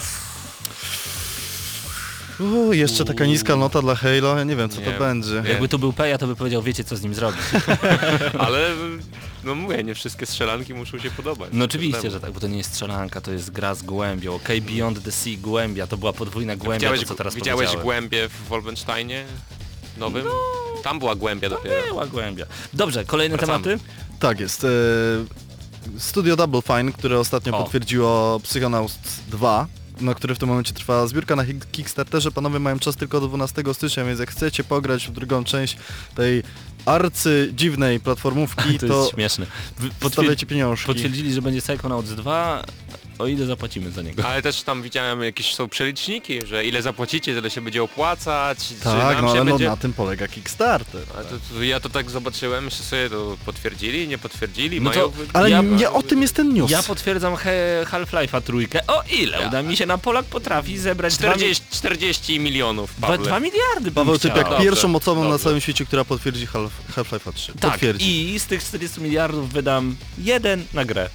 Uuu, jeszcze taka niska nota dla Halo, ja nie wiem co Nie to wiem. będzie. Nie. Jakby tu był Peja, to by powiedział, wiecie co z nim zrobić. Ale no mówię, nie wszystkie strzelanki muszą się podobać. No oczywiście, że tak, bo to nie jest strzelanka, to jest gra z głębią. Okej, okay, Beyond the Sea, głębia, to była podwójna głębia, Widziałeś, to co teraz widziałeś powiedziałem. głębie w Wolfensteinie nowym? No, tam była głębia dopiero. Była głębia. Dobrze, kolejne Wracamy. tematy? Tak jest. E, studio Double Fine, które ostatnio O. potwierdziło Psychonauts dwa, na który w tym momencie trwa zbiórka na Kickstarterze. Panowie mają czas tylko do dwunastego stycznia, więc jak chcecie pograć w drugą część tej arcy dziwnej platformówki, To to, jest śmieszne. Wy- podstawiajcie pieniążki. Potwierdzili, że będzie Psychonauts dwa, o ile zapłacimy za niego. Ale też tam widziałem jakieś są przeliczniki, że ile zapłacicie, tyle się będzie opłacać, czy Tak, nam no się ale będzie... no, na tym polega Kickstarter. A to, to ja to tak zobaczyłem, myślę sobie, to potwierdzili, nie potwierdzili, No mają... to- wy- Ale Ja- nie o tym jest ten news. Ja potwierdzam he- Half-Life'a trójkę. O ile? Ja. Uda mi się na Polak potrafi zebrać czterdzieści, czterdzieści milionów, dwa, Pawle. dwa miliardy bym Paweł, ty chciał. jak Dobrze, pierwszą osobą na dobrze. całym świecie, która potwierdzi Half- Half-Life'a trzy. Tak, Potwierdzi. i z tych czterdziestu miliardów wydam jeden na grę.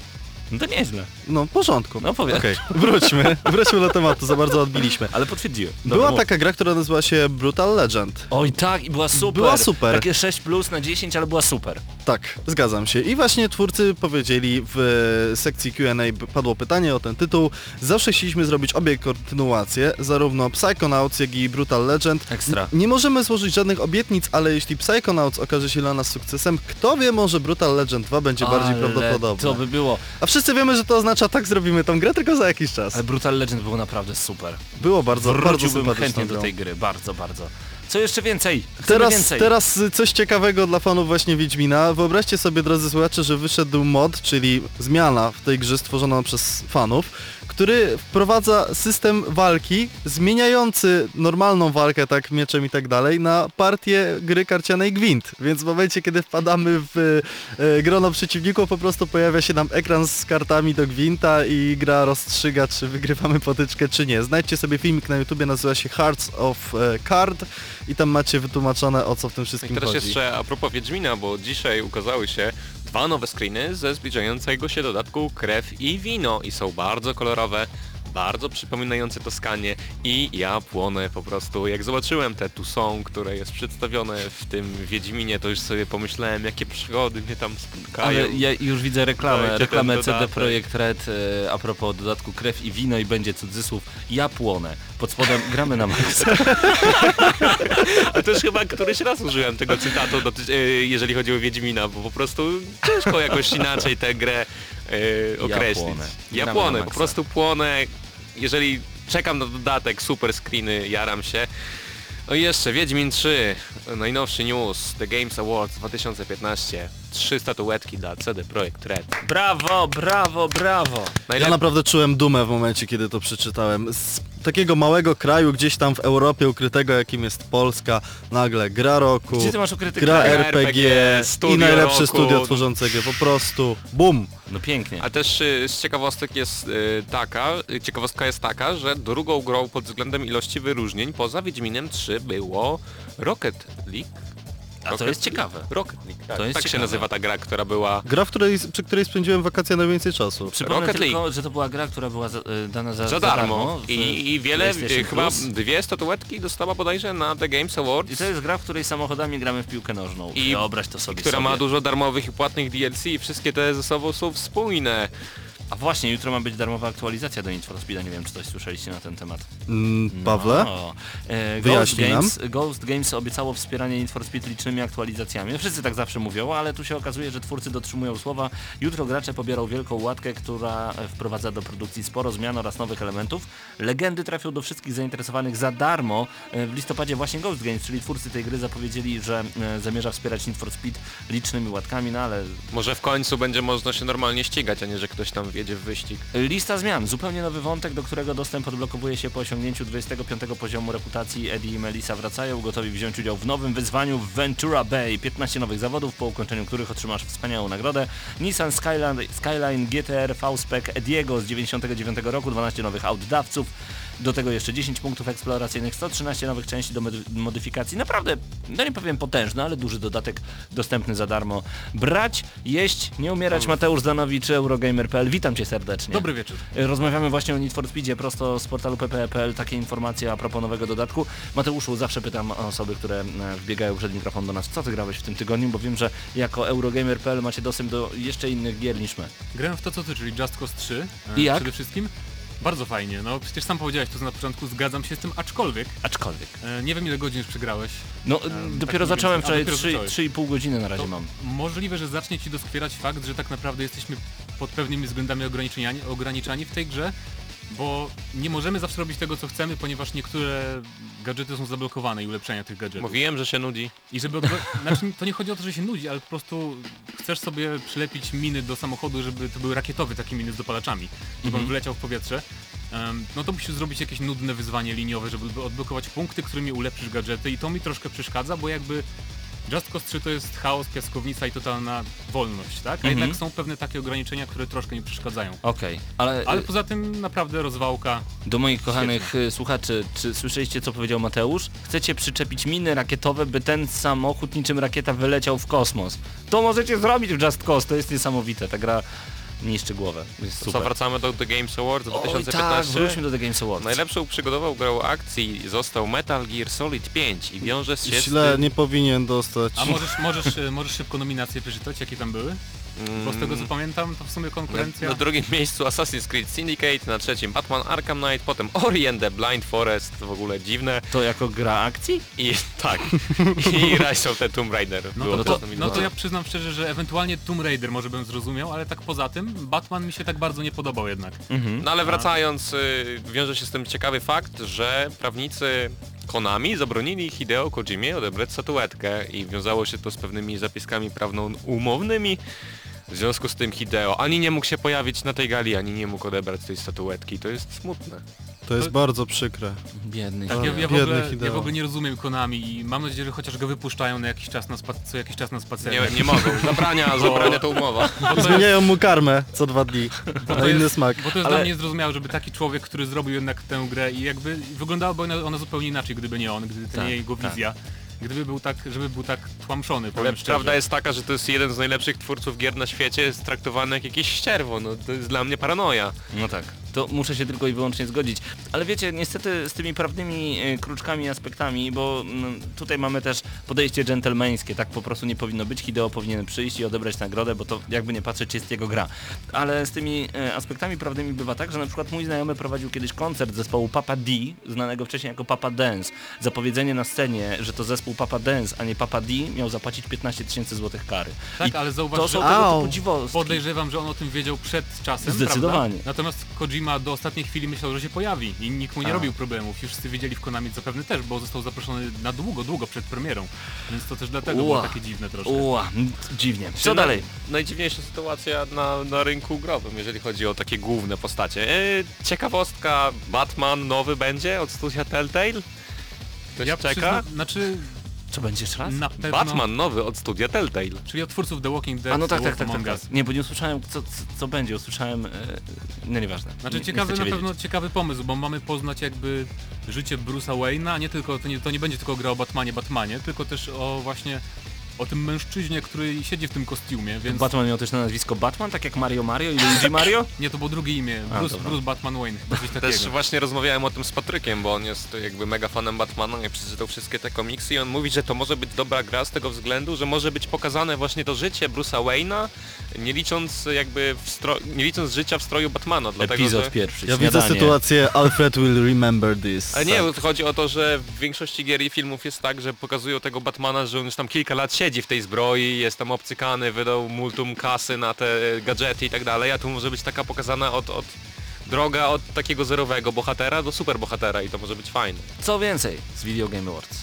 No to nieźle. No w porządku. No powiedz. Okej, wróćmy. Wróćmy do tematu, za bardzo odbiliśmy. Ale potwierdziłem. Dobra, Była mów. taka gra, która nazywa się Brutal Legend. Oj tak, i była super. Była super. Takie sześć plus na dziesięć, ale była super. Tak, zgadzam się. I właśnie twórcy powiedzieli w sekcji Q and A, padło pytanie o ten tytuł. Zawsze chcieliśmy zrobić obie kontynuacje, zarówno Psychonauts, jak i Brutal Legend. Ekstra. N- Nie możemy złożyć żadnych obietnic, ale jeśli Psychonauts okaże się dla nas sukcesem, kto wie, może Brutal Legend dwa będzie bardziej Ale prawdopodobne. to by było. A wszyscy wiemy, że to oznacza, tak zrobimy tą grę, tylko za jakiś czas. Ale Brutal Legend było naprawdę super. Było bardzo, bardzo Wróciłbym sympatyczną chętnie do grą. tej gry, bardzo, bardzo. Co jeszcze więcej? Chcemy Teraz, więcej. teraz coś ciekawego dla fanów właśnie Wiedźmina. Wyobraźcie sobie, drodzy słuchacze, że wyszedł mod, czyli zmiana w tej grze stworzona przez fanów, który wprowadza system walki zmieniający normalną walkę, tak mieczem i tak dalej, na partię gry karcianej Gwint. Więc w momencie, kiedy wpadamy w e, grono przeciwników, po prostu pojawia się nam ekran z kartami do Gwinta i gra rozstrzyga, czy wygrywamy potyczkę, czy nie. Znajdźcie sobie filmik na YouTubie, nazywa się Hearts of e, Card i tam macie wytłumaczone, o co w tym I wszystkim teraz chodzi. jeszcze a propos Wiedźmina, bo dzisiaj ukazały się dwa nowe screeny ze zbliżającego się dodatku Krew i Wino i są bardzo kolorowe, bardzo przypominające Toskanię i ja płonę po prostu. Jak zobaczyłem te tu są, które jest przedstawione w tym Wiedźminie, to już sobie pomyślałem, jakie przygody mnie tam spotkają. Ale ja już widzę reklamę, Dajcie reklamę ten C D dodatek. Projekt Red e, a propos dodatku Krew i Wino i będzie cudzysłów ja płonę. Pod spodem gramy na maksa. A też chyba któryś raz użyłem tego cytatu, doty- e, jeżeli chodzi o Wiedźmina, bo po prostu ciężko jakoś inaczej tę grę e, określić. płonę. Ja Gramy na płonę, po maksa. prostu płonę. Jeżeli czekam na dodatek, super screeny, jaram się. No i jeszcze Wiedźmin trzy, najnowszy news, The Games Awards dwa tysiące piętnaście. Trzy statuetki dla C D Projekt Red. Brawo, brawo, brawo. Ja Najlep- naprawdę czułem dumę w momencie, kiedy to przeczytałem. Z takiego małego kraju, gdzieś tam w Europie ukrytego, jakim jest Polska, nagle gra roku, Gdzie ty masz ukryty gra kraj? R P G studio i najlepsze roku. studio tworzące gry, po prostu bum! No pięknie. A też y, z ciekawostek jest y, taka, y, ciekawostka jest taka, że drugą grą pod względem ilości wyróżnień poza Wiedźminem trzy było Rocket League. A to Rocket jest League? ciekawe. Rocket League, tak, To jest tak się ciekawe. nazywa ta gra, która była... Gra, w której, przy której spędziłem wakacje najwięcej czasu. Przypomnę Rocket tylko, że to była gra, która była za, y, dana za, Za darmo w i, i wiele, PlayStation y, chyba Plus. dwie statuetki dostała bodajże na The Games Awards. I to jest gra, w której samochodami gramy w piłkę nożną. I- I wyobraź to sobie. która sobie. ma dużo darmowych i płatnych D L C i wszystkie te ze sobą są spójne. A właśnie, jutro ma być darmowa aktualizacja do Need for Speeda, nie wiem czy coś słyszeliście na ten temat. Mm, Pawle? No. E, Ghost, Wyjaśnij nam. Games, Ghost Games obiecało wspieranie Need for Speed licznymi aktualizacjami. Wszyscy tak zawsze mówią, ale tu się okazuje, że twórcy dotrzymują słowa. Jutro gracze pobiorą wielką łatkę, która wprowadza do produkcji sporo zmian oraz nowych elementów. Legendy trafią do wszystkich zainteresowanych za darmo. E, W listopadzie właśnie Ghost Games, czyli twórcy tej gry, zapowiedzieli, że e, zamierza wspierać Need for Speed licznymi łatkami, no ale Może w końcu będzie można się normalnie ścigać, a nie że ktoś tam wjedzie w wyścig. lista zmian, zupełnie nowy wątek, do którego dostęp odblokowuje się po osiągnięciu dwudziestego piątego poziomu reputacji. Eddie i Melissa wracają, gotowi wziąć udział w nowym wyzwaniu w Ventura Bay. piętnaście nowych zawodów, po ukończeniu których otrzymasz wspaniałą nagrodę. Nissan Skyline, Skyline G T R V-Spec Ediego z dziewięćdziesiątego dziewiątego roku, dwanaście nowych aut dawców. Do tego jeszcze dziesięć punktów eksploracyjnych, sto trzynaście nowych części do mod- modyfikacji. Naprawdę, no nie powiem potężny, ale duży dodatek dostępny za darmo. Brać, jeść, nie umierać. Mateusz Zanowicz, Eurogamer kropka p l. Witam Cię serdecznie. Dobry wieczór. Rozmawiamy właśnie o Need for Speedzie prosto z portalu p p kropka p l. Takie informacje a propos nowego dodatku. Mateuszu, zawsze pytam osoby, które e, wbiegają przed mikrofon do nas, co Ty grałeś w tym tygodniu, bo wiem, że jako Eurogamer kropka p l macie dostęp do jeszcze innych gier niż my. Grałem w to co ty, czyli Just Cause trzy. e, I jak? Przede wszystkim. Bardzo fajnie, no przecież sam powiedziałeś to na początku, zgadzam się z tym, aczkolwiek Aczkolwiek. e, nie wiem ile godzin już przegrałeś. No, tak dopiero mniej zacząłem więcej. A, wczoraj, dopiero trzy zacząłeś. trzy i pół godziny na razie To mam. możliwe, że zacznie ci doskwierać fakt, że tak naprawdę jesteśmy pod pewnymi względami ograniczeniani, ograniczani w tej grze. bo nie możemy zawsze robić tego, co chcemy, ponieważ niektóre gadżety są zablokowane i ulepszenia tych gadżetów. Mówiłem, że się nudzi. I żeby odblo- znaczy, to nie chodzi o to, że się nudzi, ale po prostu chcesz sobie przylepić miny do samochodu, żeby to były rakietowe takie miny z dopalaczami, żeby Mhm. on wyleciał w powietrze. Um, no to musisz zrobić jakieś nudne wyzwanie liniowe, żeby odblokować punkty, którymi ulepszysz gadżety i to mi troszkę przeszkadza, bo jakby Just Cause trzy to jest chaos, piaskownica i totalna wolność, tak? A Mhm. jednak są pewne takie ograniczenia, które troszkę mi przeszkadzają. Okej, ale, Ale y, poza tym naprawdę rozwałka. do moich kochanych y, słuchaczy, czy słyszeliście co powiedział Mateusz? Chcecie przyczepić miny rakietowe, by ten samochód niczym rakieta wyleciał w kosmos. To możecie zrobić w Just Cause, to jest niesamowite, ta gra niszczy głowę, jest To super. co, wracamy do The Games Awards dwa Oj tysiące tak, piętnaście? wróćmy do The Games Awards. Najlepszą przygodową grą akcji został Metal Gear Solid pięć i wiąże się z Źle, tym... nie powinien dostać. A możesz, możesz, e, możesz szybko nominacje przeczytać, jakie tam były? Bo z tego co pamiętam, to w sumie konkurencja... Na, na drugim miejscu Assassin's Creed Syndicate, na trzecim Batman Arkham Knight, potem Ori and the Blind Forest, w ogóle dziwne. To jako gra akcji? I tak. I Rise of the Tomb Raider. No było to, też to, no nominowane. to ja przyznam szczerze, że ewentualnie Tomb Raider może bym zrozumiał, ale tak poza tym Batman mi się tak bardzo nie podobał jednak. Mhm. No ale wracając, y, wiąże się z tym ciekawy fakt, że prawnicy Konami zabronili Hideo Kojimie odebrać statuetkę i wiązało się to z pewnymi zapiskami prawno-umownymi. W związku z tym Hideo ani nie mógł się pojawić na tej gali, ani nie mógł odebrać tej statuetki. To jest smutne. To jest to- bardzo przykre. Biedny. Tak, O, ja, ja, w biedny ogóle, Hideo. ja w ogóle nie rozumiem Konami i mam nadzieję, że chociaż go wypuszczają na jakiś czas na spa- co jakiś czas na spacer. Nie, nie mogą. Zabrania, zabrania to umowa. Bo to jest, Zmieniają mu karmę co dwa dni. bo Na to inny jest, smak. bo to jest Ale- dla mnie niezrozumiałe, żeby taki człowiek, który zrobił jednak tę grę i jakby wyglądałaby ona, ona zupełnie inaczej, gdyby nie on, gdyby to Tak, nie jego tak. wizja. Gdyby był tak, żeby był tak tłamszony, powiem Ale szczerze. prawda jest taka, że to jest jeden z najlepszych twórców gier na świecie, jest traktowany jak jakieś ścierwo. No to jest dla mnie paranoja. No tak, to muszę się tylko i wyłącznie zgodzić. Ale wiecie, niestety z tymi prawnymi e, kruczkami, aspektami, bo mm, tutaj mamy też podejście dżentelmeńskie, tak po prostu nie powinno być. Hideo powinien przyjść i odebrać nagrodę, bo to jakby nie patrzeć jest jego gra. Ale z tymi e, aspektami prawnymi bywa tak, że na przykład mój znajomy prowadził kiedyś koncert zespołu Papa D, znanego wcześniej jako Papa Dance. Za powiedzenie na scenie, że to zespół Papa Dance, a nie Papa D, miał zapłacić piętnaście tysięcy złotych kary. Tak, I ale zauważ, to są że tego Au. typu dziwostki. podejrzewam, że on o tym wiedział przed czasem, Zdecydowanie. prawda? Natomiast Kojima do ostatniej chwili myślał, że się pojawi i nikt mu nie A. robił problemów. Już wszyscy wiedzieli w Konami zapewne też, bo został zaproszony na długo, długo przed premierą. Więc to też dlatego Ua. było takie dziwne troszkę. Ua, m, dziwnie. Co Czy dalej? Na, najdziwniejsza sytuacja na, na rynku growym, jeżeli chodzi o takie główne postacie. E, ciekawostka, Batman nowy będzie od studia Telltale? Ktoś Ja czeka? przyzna, znaczy Co będzie jeszcze raz? na pewno... Batman nowy od studia Telltale. Czyli od twórców The Walking Dead, A no tak, The tak, Wolf tak, tak, Among tak. Us. Nie, bo nie usłyszałem co, co, co będzie, usłyszałem... E, no nieważne. Znaczy nie, ciekawy nie na chcecie pewno wiedzieć. ciekawy pomysł, bo mamy poznać jakby życie Bruce'a Wayne'a, a nie tylko, to nie, to nie będzie tylko gra o Batmanie, Batmanie, tylko też o właśnie o tym mężczyźnie, który siedzi w tym kostiumie, więc... Batman miał też na nazwisko Batman, tak jak Mario Mario i Luigi Mario? Nie, to było drugie imię, A, Bruce, dobra. Bruce Batman Wayne, chyba coś takiego. Też właśnie rozmawiałem o tym z Patrykiem, bo on jest jakby mega fanem Batmana i przeczytał wszystkie te komiksy i on mówi, że to może być dobra gra z tego względu, że może być pokazane właśnie to życie Bruce'a Wayne'a, nie licząc jakby w stro... nie licząc życia w stroju Batmana, dlatego Epizod że... pierwszy, Ja śniadanie. widzę sytuację Alfred will remember this. Ale nie, chodzi o to, że w większości gier i filmów jest tak, że pokazują tego Batmana, że on już tam kilka lat siedzi w tej zbroi, jest tam obcykany, wydał multum kasy na te gadżety i tak dalej, a tu może być taka pokazana od, od droga od takiego zerowego bohatera do superbohatera i to może być fajne. Co więcej z Video Game Awards?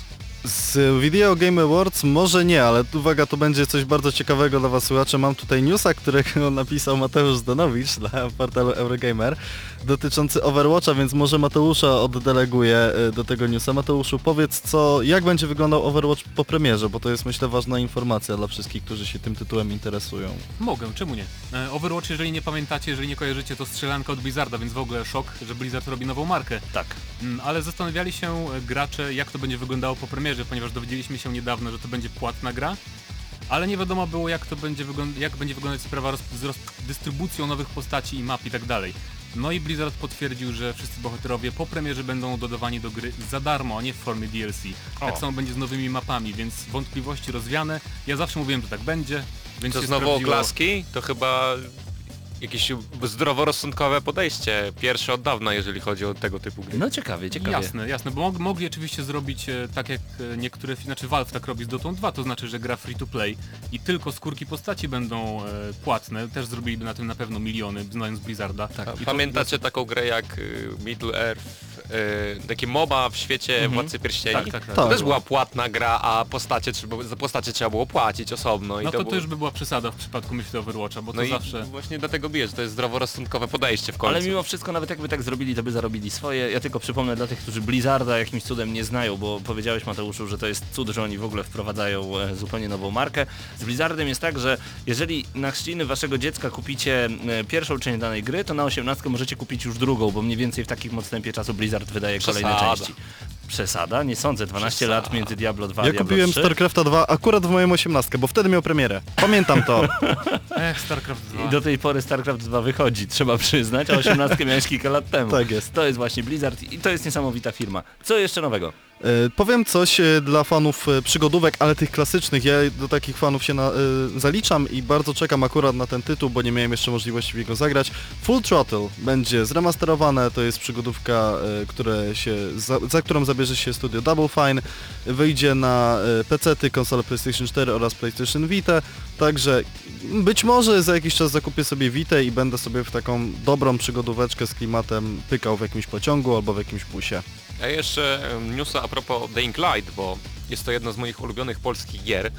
Z Video Game Awards może nie, ale uwaga, to będzie coś bardzo ciekawego dla was słuchacze. Mam tutaj newsa, którego napisał Mateusz Zdanowicz dla portalu Eurogamer dotyczący Overwatcha, więc może Mateusza oddeleguję y, do tego newsa. Mateuszu, powiedz co, jak będzie wyglądał Overwatch po premierze, bo to jest myślę ważna informacja dla wszystkich, którzy się tym tytułem interesują. Mogę, czemu nie? E, Overwatch, jeżeli nie pamiętacie, jeżeli nie kojarzycie, to strzelanka od Blizzarda, więc w ogóle szok, że Blizzard robi nową markę. Tak. Mm, Ale zastanawiali się e, gracze, jak to będzie wyglądało po premierze, ponieważ dowiedzieliśmy się niedawno, że to będzie płatna gra, ale nie wiadomo było, jak to będzie, wygląd- jak będzie wyglądać sprawa roz- z roz- dystrybucją nowych postaci i map i tak dalej. No i Blizzard potwierdził, że wszyscy bohaterowie po premierze będą dodawani do gry za darmo, a nie w formie D L C. Tak samo będzie z nowymi mapami, więc wątpliwości rozwiane. Ja zawsze mówiłem, że tak będzie, więc To się znowu sprawdziło. oklaski? To chyba jakieś zdroworozsądkowe podejście, pierwsze od dawna, jeżeli chodzi o tego typu gry. No ciekawie, ciekawie. Jasne, jasne, bo mog mogli oczywiście zrobić e, tak jak e, niektóre, znaczy Valve tak robi z Dotą dwa, to znaczy, że gra free to play i tylko skórki postaci będą e, płatne, też zrobiliby na tym na pewno miliony, znając Blizzarda. Tak. A pamiętacie to... taką grę jak y, Middle Earth, y, takie MOBA w świecie mhm. Władcy Pierścieni? Tak, tak, tak. To tak. też była płatna gra, a postacie, za postacie trzeba było płacić osobno. I no to, to, to było... już by była przesada w przypadku myślę Overwatcha, bo no to i zawsze... właśnie dlatego bije, że to jest zdroworozsądkowe podejście w końcu. Ale mimo wszystko, nawet jakby tak zrobili, to by zarobili swoje. Ja tylko przypomnę dla tych, którzy Blizzarda jakimś cudem nie znają, bo powiedziałeś, Mateuszu, że to jest cud, że oni w ogóle wprowadzają e, zupełnie nową markę. Z Blizzardem jest tak, że jeżeli na chrzciny waszego dziecka kupicie e, pierwszą część danej gry, to na osiemnastkę możecie kupić już drugą, bo mniej więcej w takim odstępie czasu Blizzard wydaje Przesada. kolejne części. Przesada? Nie sądzę, dwanaście Przesada. lat między Diablo dwa a Ja Diablo kupiłem trzy. StarCrafta dwa akurat w moją osiemnastkę, bo wtedy miał premierę. Pamiętam to. Ech, StarCraft dwa. I do tej pory StarCraft dwa wychodzi, trzeba przyznać, a osiemnastkę miałeś kilka lat temu. Tak jest. To jest właśnie Blizzard i to jest niesamowita firma. Co jeszcze nowego? E, powiem coś e, dla fanów e, przygodówek, ale tych klasycznych. Ja do takich fanów się na, e, zaliczam i bardzo czekam akurat na ten tytuł, bo nie miałem jeszcze możliwości w niego zagrać. Full Throttle będzie zremasterowane, to jest przygodówka, e, które się, za, za którą zabierze się studio Double Fine. Wyjdzie na e, pecety, konsole PlayStation cztery oraz PlayStation Vita, także być może za jakiś czas zakupię sobie Vitę i będę sobie w taką dobrą przygodóweczkę z klimatem pykał w jakimś pociągu albo w jakimś busie. A jeszcze newsa a propos Dying Light, bo jest to jedno z moich ulubionych polskich gier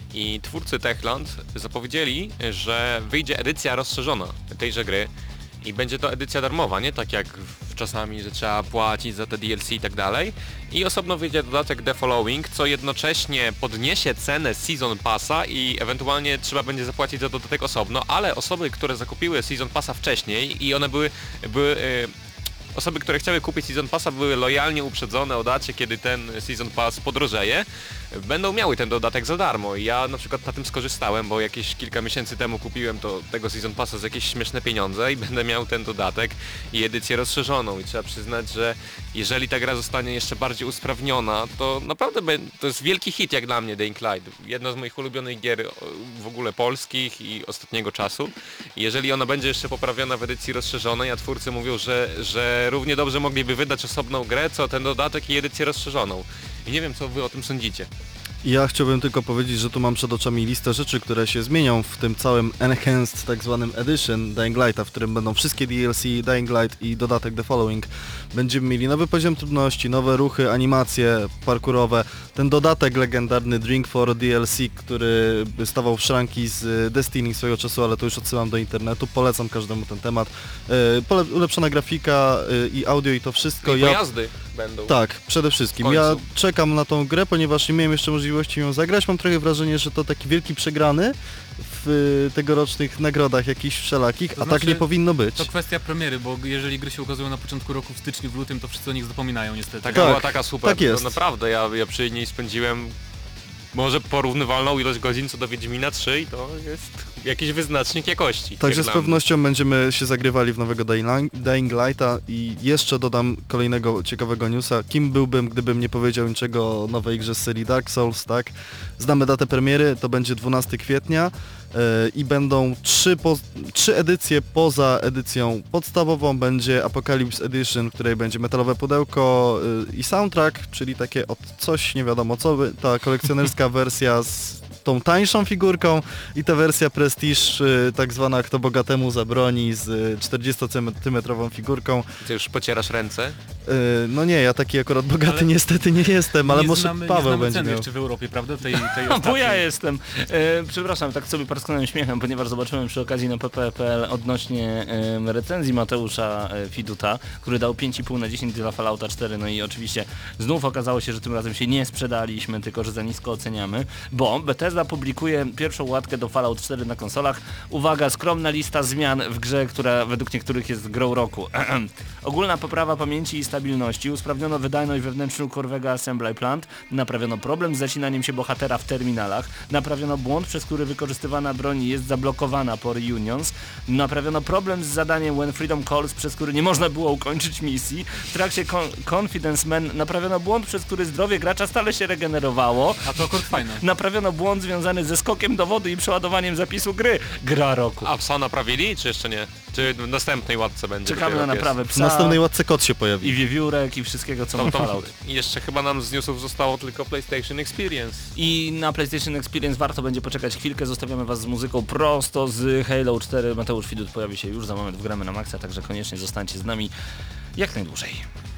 i twórcy Techland zapowiedzieli, że wyjdzie edycja rozszerzona tejże gry i będzie to edycja darmowa, nie tak jak czasami, że trzeba płacić za te D L C i tak dalej. I osobno wyjdzie dodatek The Following, co jednocześnie podniesie cenę Season Passa i ewentualnie trzeba będzie zapłacić za dodatek osobno, ale osoby, które zakupiły Season Passa wcześniej i one były, były yy, osoby, które chciały kupić Season Passa, były lojalnie uprzedzone o dacie, kiedy ten Season Pass podrożeje, będą miały ten dodatek za darmo. I ja na przykład na tym skorzystałem, bo jakieś kilka miesięcy temu kupiłem to, tego Season Passa za jakieś śmieszne pieniądze i będę miał ten dodatek i edycję rozszerzoną. I trzeba przyznać, że jeżeli ta gra zostanie jeszcze bardziej usprawniona, to naprawdę to jest wielki hit jak dla mnie Dying Light. Jedna z moich ulubionych gier w ogóle polskich i ostatniego czasu. I jeżeli ona będzie jeszcze poprawiona w edycji rozszerzonej, a twórcy mówią, że, że równie dobrze mogliby wydać osobną grę, co ten dodatek i edycję rozszerzoną. I nie wiem, co wy o tym sądzicie. Ja chciałbym tylko powiedzieć, że tu mam przed oczami listę rzeczy, które się zmienią w tym całym Enhanced tak zwanym Edition Dying Lighta, w którym będą wszystkie D L C, Dying Light i dodatek The Following. Będziemy mieli nowy poziom trudności, nowe ruchy, animacje parkurowe, ten dodatek legendarny Drink for D L C, który stawał w szranki z Destiny swojego czasu, ale to już odsyłam do internetu, polecam każdemu ten temat. Pole ulepszona grafika i audio i to wszystko. I pojazdy ja... będą. Tak, przede wszystkim. Ja czekam na tą grę, ponieważ nie miałem jeszcze możliwości ją zagrać. Mam trochę wrażenie, że to taki wielki przegrany w tegorocznych nagrodach jakichś wszelakich, to a znaczy, tak nie powinno być. To kwestia premiery, bo jeżeli gry się ukazują na początku roku w styczniu, w lutym, to wszyscy o nich zapominają niestety. Tak, tak była taka super, tak jest. No, naprawdę, ja, ja przy niej spędziłem może porównywalną ilość godzin co do Wiedźmina trzy i to jest jakiś wyznacznik jakości. Także z pewnością będziemy się zagrywali w nowego Dying Lighta i jeszcze dodam kolejnego ciekawego newsa. Kim byłbym, gdybym nie powiedział niczego o nowej grze z serii Dark Souls, tak? Znamy datę premiery, to będzie dwunastego kwietnia yy, i będą trzy, po, trzy edycje poza edycją podstawową. Będzie Apocalypse Edition, w której będzie metalowe pudełko yy, i soundtrack, czyli takie od coś, nie wiadomo co, ta kolekcjonerska wersja z tą tańszą figurką i ta wersja Prestige, tak zwana kto bogatemu zabroni, z czterdziestocentymetrową figurką. Ty już pocierasz ręce? Yy, no nie, ja taki akurat bogaty ale niestety nie jestem, ale nie może znamy, Paweł nie znamy będzie ceny miał. jeszcze w Europie, prawda? Tej, tej Bo ja jestem. E, przepraszam, tak sobie parsknąłem śmiechem, ponieważ zobaczyłem przy okazji na p p kropka p l odnośnie e, recenzji Mateusza e, Fiduta, który dał pięć i pół na dziesięć dla Fallouta cztery, no i oczywiście znów okazało się, że tym razem się nie sprzedaliśmy, tylko że za nisko oceniamy, bo Bethesda publikuje pierwszą łatkę do Fallout cztery na konsolach. Uwaga, skromna lista zmian w grze, która według niektórych jest grą roku. Ogólna poprawa pamięci i stabilności, usprawniono wydajność wewnętrzną Corvega Assembly Plant, naprawiono problem z zacinaniem się bohatera w terminalach, naprawiono błąd, przez który wykorzystywana broń jest zablokowana po reunions, naprawiono problem z zadaniem When Freedom Calls, przez który nie można było ukończyć misji, w trakcie Con Confidence Man naprawiono błąd, przez który zdrowie gracza stale się regenerowało, a to akurat fajne. Naprawiono błąd błąd związany ze skokiem do wody i przeładowaniem zapisu gry. Gra roku. A psa naprawili, czy jeszcze nie? Czy w następnej łatce będzie? Czekamy na naprawę W psa następnej łatce kot się pojawi. i wiewiórek i wszystkiego, co ma To, Fallout. I jeszcze chyba nam z newsów zostało tylko PlayStation Experience. I na PlayStation Experience warto będzie poczekać chwilkę, zostawiamy was z muzyką prosto z Halo cztery. Mateusz Widut pojawi się już za moment w Gramy na Maxa, także koniecznie zostańcie z nami jak najdłużej.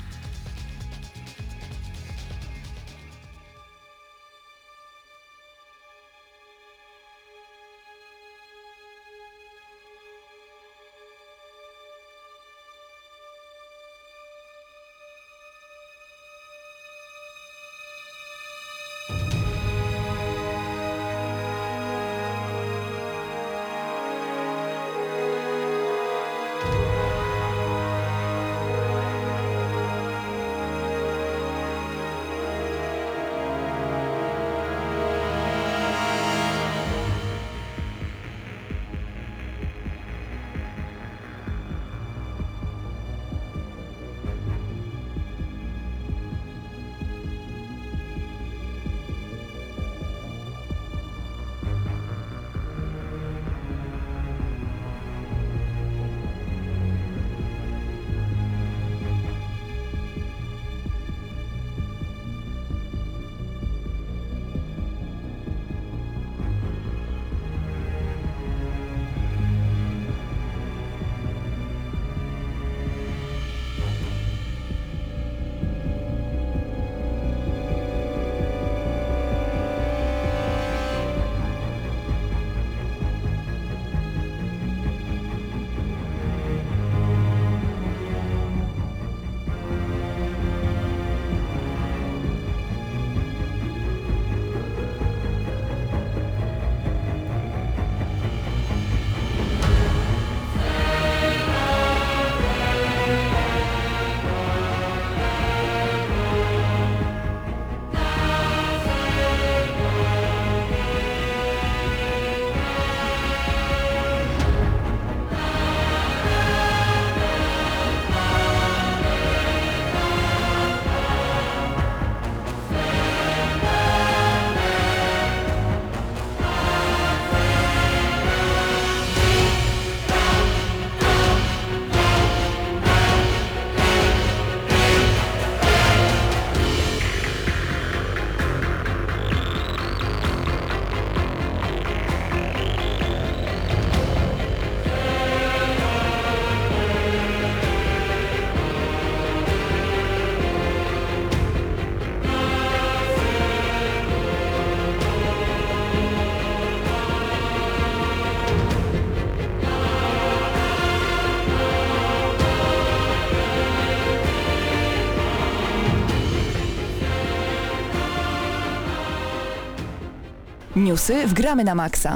Newsy w Gramy na Maxa.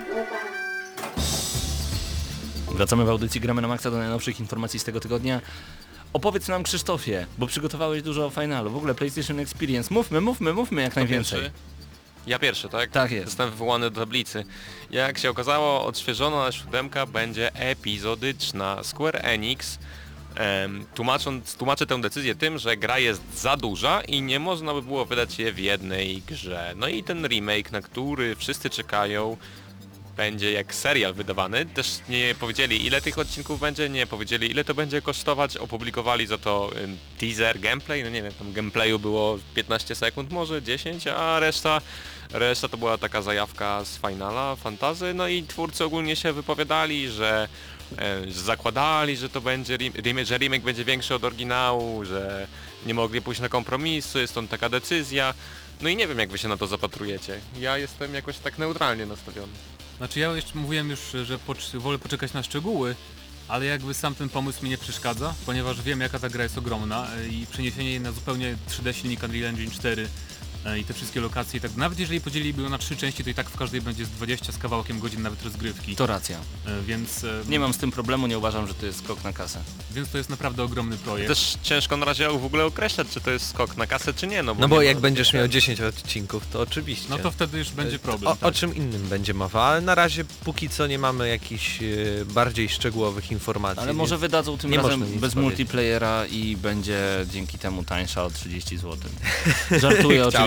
Wracamy w audycji Gramy na Maxa do najnowszych informacji z tego tygodnia. Opowiedz nam, Krzysztofie, bo przygotowałeś dużo o finalu. W ogóle PlayStation Experience. Mówmy, mówmy, mówmy jak najwięcej. Pierwszy? Ja pierwszy, tak? Tak jest. Zostałem wywołany do tablicy. Jak się okazało, odświeżona siódemka będzie epizodyczna. Square Enix em, tłumacząc, tłumaczy tę decyzję tym, że gra jest za duża i nie można by było wydać je w jednej grze. No i ten remake, na który wszyscy czekają, będzie jak serial wydawany. Też nie powiedzieli, ile tych odcinków będzie, nie powiedzieli, ile to będzie kosztować. Opublikowali za to ym, teaser, gameplay, no nie wiem, tam gameplayu było piętnaście sekund, może dziesięć, a reszta reszta to była taka zajawka z finala, fantazy. No i twórcy ogólnie się wypowiadali, że e, zakładali, że to będzie remake, że remake będzie większy od oryginału, że nie mogli pójść na kompromisy, stąd taka decyzja. No i nie wiem, jak wy się na to zapatrujecie. Ja jestem jakoś tak neutralnie nastawiony. Znaczy ja jeszcze mówiłem już, że pocz- wolę poczekać na szczegóły, ale jakby sam ten pomysł mi nie przeszkadza, ponieważ wiem, jaka ta gra jest ogromna i przeniesienie jej na zupełnie trzy D silnik Unreal Engine cztery i te wszystkie lokacje i tak, nawet jeżeli podzieliliby ją na trzy części, to i tak w każdej będzie z dwadzieścia z kawałkiem godzin nawet rozgrywki. To racja. Więc... Nie mam z tym problemu, nie uważam, że to jest skok na kasę. Więc to jest naprawdę ogromny projekt. Też ciężko na razie w ogóle określać, czy to jest skok na kasę, czy nie. No bo, no bo nie jak ma... będziesz miał dziesięć odcinków, to oczywiście. No to wtedy już będzie problem. O, tak. o czym innym będzie mowa, ale na razie póki co nie mamy jakichś e, bardziej szczegółowych informacji. Ale może wydadzą tym nie razem można nic bez powiedzieć. multiplayera i będzie dzięki temu tańsza o trzydzieści złotych. Żartuję oczywiście,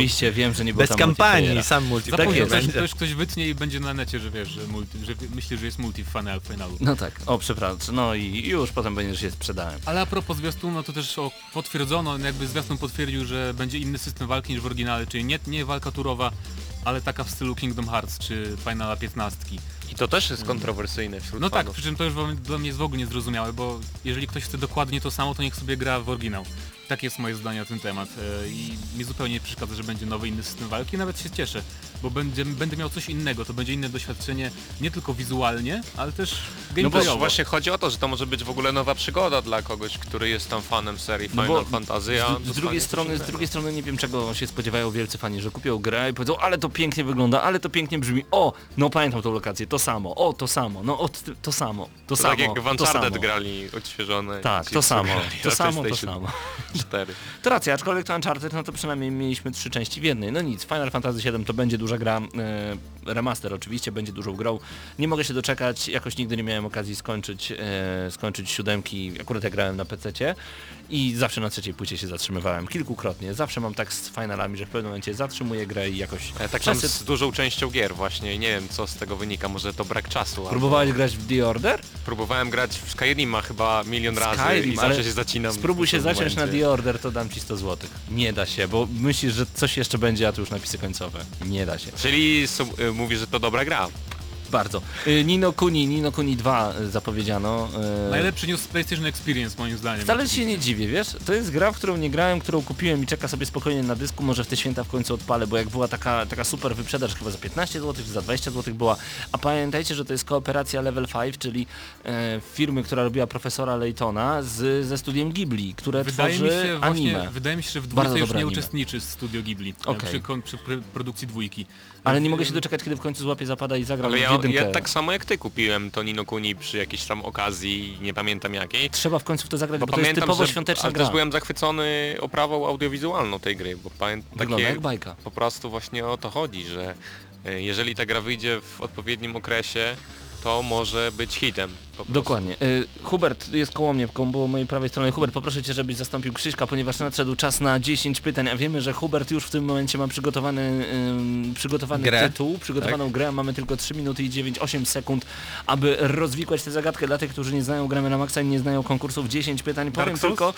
Oczywiście, wiem, że nie było Bez tam kampanii, multiplayera. sam Za multiplayer. późno, jest. ktoś, będzie. ktoś, ktoś wytnie i będzie na necie, że wiesz, że, multi, że myśli, że jest multi w final, finalu. No tak, o przepraszam, no i już potem będziesz się sprzedałem. Ale a propos zwiastunu, no to też o, potwierdzono, jakby zwiastun potwierdził, że będzie inny system walki niż w oryginale, czyli nie, nie walka turowa, ale taka w stylu Kingdom Hearts czy Finala piętnastki. I to też jest kontrowersyjne wśród No tak, fanów. przy czym to już w- dla mnie jest w ogóle niezrozumiałe, bo jeżeli ktoś chce dokładnie to samo, to niech sobie gra w oryginał. Takie jest moje zdanie na ten temat e, i mi zupełnie nie przeszkadza, że będzie nowy, inny system walki, nawet się cieszę, bo będzie, będę miał coś innego, to będzie inne doświadczenie nie tylko wizualnie, ale też No bo gameplayowo. właśnie chodzi o to, że to może być w ogóle nowa przygoda dla kogoś, który jest tam fanem serii No Final bo Fantasy, a z, z dostanie drugiej coś strony, z innego. drugiej strony nie wiem czego się spodziewają wielcy fani, że kupią grę i powiedzą, ale to pięknie wygląda, ale to pięknie brzmi, o, no pamiętam tą lokację, to samo, o, to samo, no o, t- to samo, to, To samo, tak jak w to Uncharted samo. grali odświeżone. Tak, ci, to co samo, grali to na samo, to PlayStation samo. cztery. To racja, aczkolwiek to Uncharted, no to przynajmniej mieliśmy trzy części w jednej. No nic, Final Fantasy siedem to będzie duża gra, e, remaster oczywiście, będzie dużą grą. Nie mogę się doczekać, jakoś nigdy nie miałem okazji skończyć, e, skończyć siódemki, akurat ja grałem na pececie i zawsze na trzeciej płycie się zatrzymywałem, kilkukrotnie. Zawsze mam tak z finalami, że w pewnym momencie zatrzymuję grę i jakoś Ja tak mam przesyp- z dużą częścią gier właśnie i nie wiem co z tego wynika, może to brak czasu. albo- Próbowałeś grać w The Order? Próbowałem grać w Skyrima chyba milion razy Skyrim, i zawsze ale się zacinam. Spróbuj w się tym zaciąć na momencie. The Order, to dam ci sto złotych. Nie da się, bo myślisz, że coś jeszcze będzie, a tu już napisy końcowe. Nie da się. Czyli su- y, mówisz, że to dobra gra. Bardzo. Y, Nino Kuni, Nino Kuni dwa y, zapowiedziano. y, Najlepszy news z PlayStation Experience moim zdaniem. Wcale się nie dziwię, wiesz? To jest gra, w którą nie grałem, którą kupiłem i czeka sobie spokojnie na dysku, może w te święta w końcu odpalę, bo jak była taka, taka super wyprzedaż, chyba za piętnaście złotych czy za dwadzieścia złotych była, a pamiętajcie, że to jest kooperacja Level pięć, czyli e, firmy, która robiła Profesora Laytona z, ze studiem Ghibli, które Wydaje mi, tworzy się właśnie, anime. wydaje mi się, że w Bardzo dwójce już dobre nie anime. uczestniczy Studio Ghibli e, Okej. przy, kon- przy pr- produkcji dwójki. Ale nie W- mogę się doczekać, kiedy w końcu złapie zapada i zagram Ale w ja, jedynkę. ja tak samo jak ty kupiłem to Nino Kuni przy jakiejś tam okazji, nie pamiętam jakiej. Trzeba w końcu w to zagrać, Bo bo, to jest pamiętam, typowo że świąteczna ale gra. też byłem zachwycony oprawą audiowizualną tej gry, bo pamiętam Wygląda takie jak bajka. po prostu właśnie o to chodzi, że e, jeżeli ta gra wyjdzie w odpowiednim okresie, to może być hitem. po prostu. Dokładnie. Y, Hubert jest koło mnie, koło mojej prawej strony. Hubert, poproszę Cię, żebyś zastąpił Krzyśka, ponieważ nadszedł czas na dziesięć pytań, a wiemy, że Hubert już w tym momencie ma przygotowany, ym, przygotowany Grę. tytuł, przygotowaną grę, a mamy tylko trzy minuty i dziewięć osiem sekund, aby rozwikłać tę zagadkę dla tych, którzy nie znają Gramy na Maxa i nie znają konkursów. dziesięć pytań, powiem Dark Souls? tylko...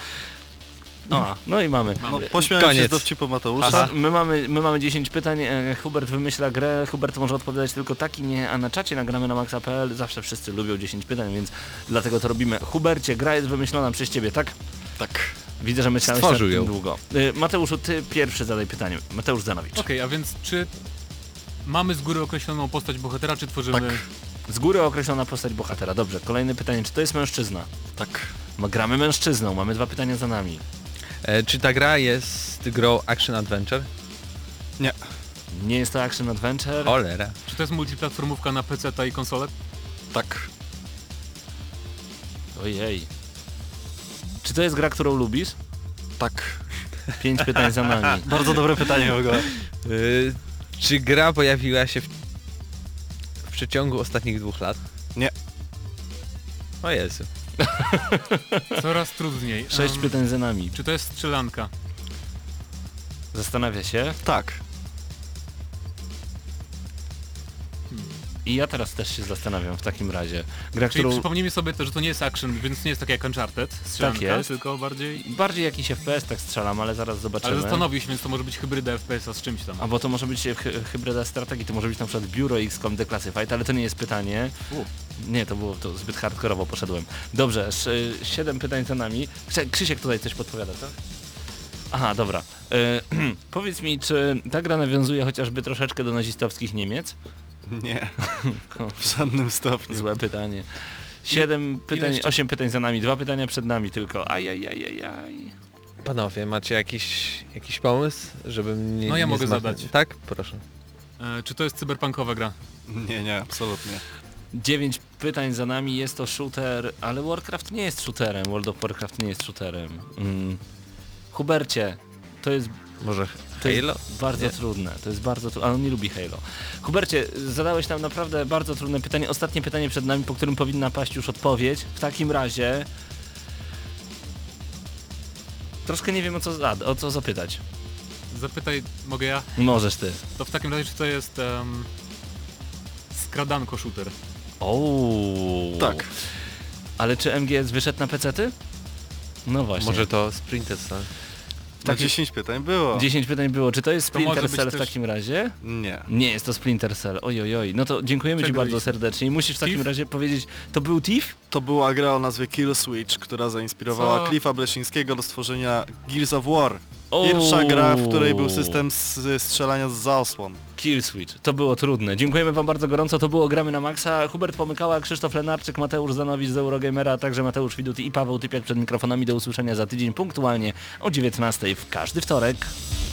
O, no i mamy. No, pośmiałem się z Koniec. dowcipu Mateusza. My mamy, my mamy dziesięć pytań, e, Hubert wymyśla grę, Hubert może odpowiadać tylko tak i nie, a na czacie nagramy na maxa kropka p l zawsze wszyscy lubią dziesięć pytań, więc dlatego to robimy. Hubercie, gra jest wymyślona przez Ciebie, tak? Tak. Widzę, że myślałeś Stworzył nad tym ją. długo. Y, Mateuszu, Ty pierwszy zadaj pytanie. Mateusz Zanowicz. Okej, a więc czy mamy z góry określoną postać bohatera, czy tworzymy... Tak. Z góry określona postać bohatera. Dobrze, kolejne pytanie. Czy to jest mężczyzna? Tak. Ma, gramy mężczyzną, mamy dwa pytania za nami. E, czy ta gra jest grą Action Adventure? Nie. Nie jest to action adventure. Cholera. Czy to jest multiplatformówka na peceta i konsolę? Tak. Ojej. Czy to jest gra, którą lubisz? Tak. Pięć pytań za nami. Bardzo dobre pytanie w ogóle. Y, czy gra pojawiła się w, w przeciągu ostatnich dwóch lat? Nie. O Jezu. Coraz trudniej. Sześć Em, pytań za nami. Czy to jest strzelanka? Zastanawia się. Tak. I ja teraz też się zastanawiam w takim razie. Gra, Czyli którą przypomnijmy sobie też, że to nie jest action, więc nie jest tak jak Uncharted, strzelanka, jest. tylko bardziej... bardziej jakiś F P S tak strzelam, ale zaraz zobaczymy. Ale zastanowił się, więc to może być hybryda F P S-a z czymś tam. A bo to może być hy- hybryda strategii, to może być na przykład biuro X COM Declassified, ale to nie jest pytanie. U. Nie, to było to zbyt hardkorowo poszedłem. Dobrze, sz- siedem pytań za nami. Krze- Krzysiek tutaj coś podpowiada, co? Aha, dobra. E, powiedz mi, czy ta gra nawiązuje chociażby troszeczkę do nazistowskich Niemiec? Nie. W żadnym stopniu. Złe pytanie. Siedem pytań, jeszcze- osiem pytań za nami, dwa pytania przed nami tylko. Ajajajajaj. Panowie, macie jakiś, jakiś pomysł, żebym nie... No ja nie mogę zmarł- zadać. Tak? Proszę. E, czy to jest cyberpunkowa gra? Nie, nie, absolutnie. Dziewięć pytań za nami, jest to shooter, ale Warcraft nie jest shooterem, World of Warcraft nie jest shooterem. Mm. Hubercie, to jest, Może to jest Halo? bardzo Nie. trudne, to jest bardzo trudne, ale on nie lubi Halo. Hubercie, zadałeś nam naprawdę bardzo trudne pytanie, ostatnie pytanie przed nami, po którym powinna paść już odpowiedź. W takim razie... Troszkę nie wiem o co, za- o co zapytać. Zapytaj, mogę ja? Możesz ty. To w takim razie, czy to jest um, skradanko shooter? Ooo. Tak. Ale czy M G S wyszedł na pecety? No właśnie. Może to Splinter Cell. Tak, dziesięć pytań było. dziesięć pytań było. Czy to jest To może Splinter być Cell w też- takim razie? Nie. Nie, jest to Splinter Cell. Oj, oj, oj. No to dziękujemy Ci Czego bardzo jest? serdecznie. I musisz w takim Thief? razie powiedzieć, to był Thief? To była gra o nazwie Kill Switch, która zainspirowała Co? Cliffa Bleszyńskiego do stworzenia Gears of War. O. Pierwsza gra, w której był system z strzelania z zasłon. Kill Switch. To było trudne. Dziękujemy Wam bardzo gorąco. To było Gramy na Maxa. Hubert Pomykała, Krzysztof Lenarczyk, Mateusz Zanowicz z Eurogamera, a także Mateusz Widuty i Paweł Typiak przed mikrofonami. Do usłyszenia za tydzień punktualnie o dziewiętnastej w każdy wtorek.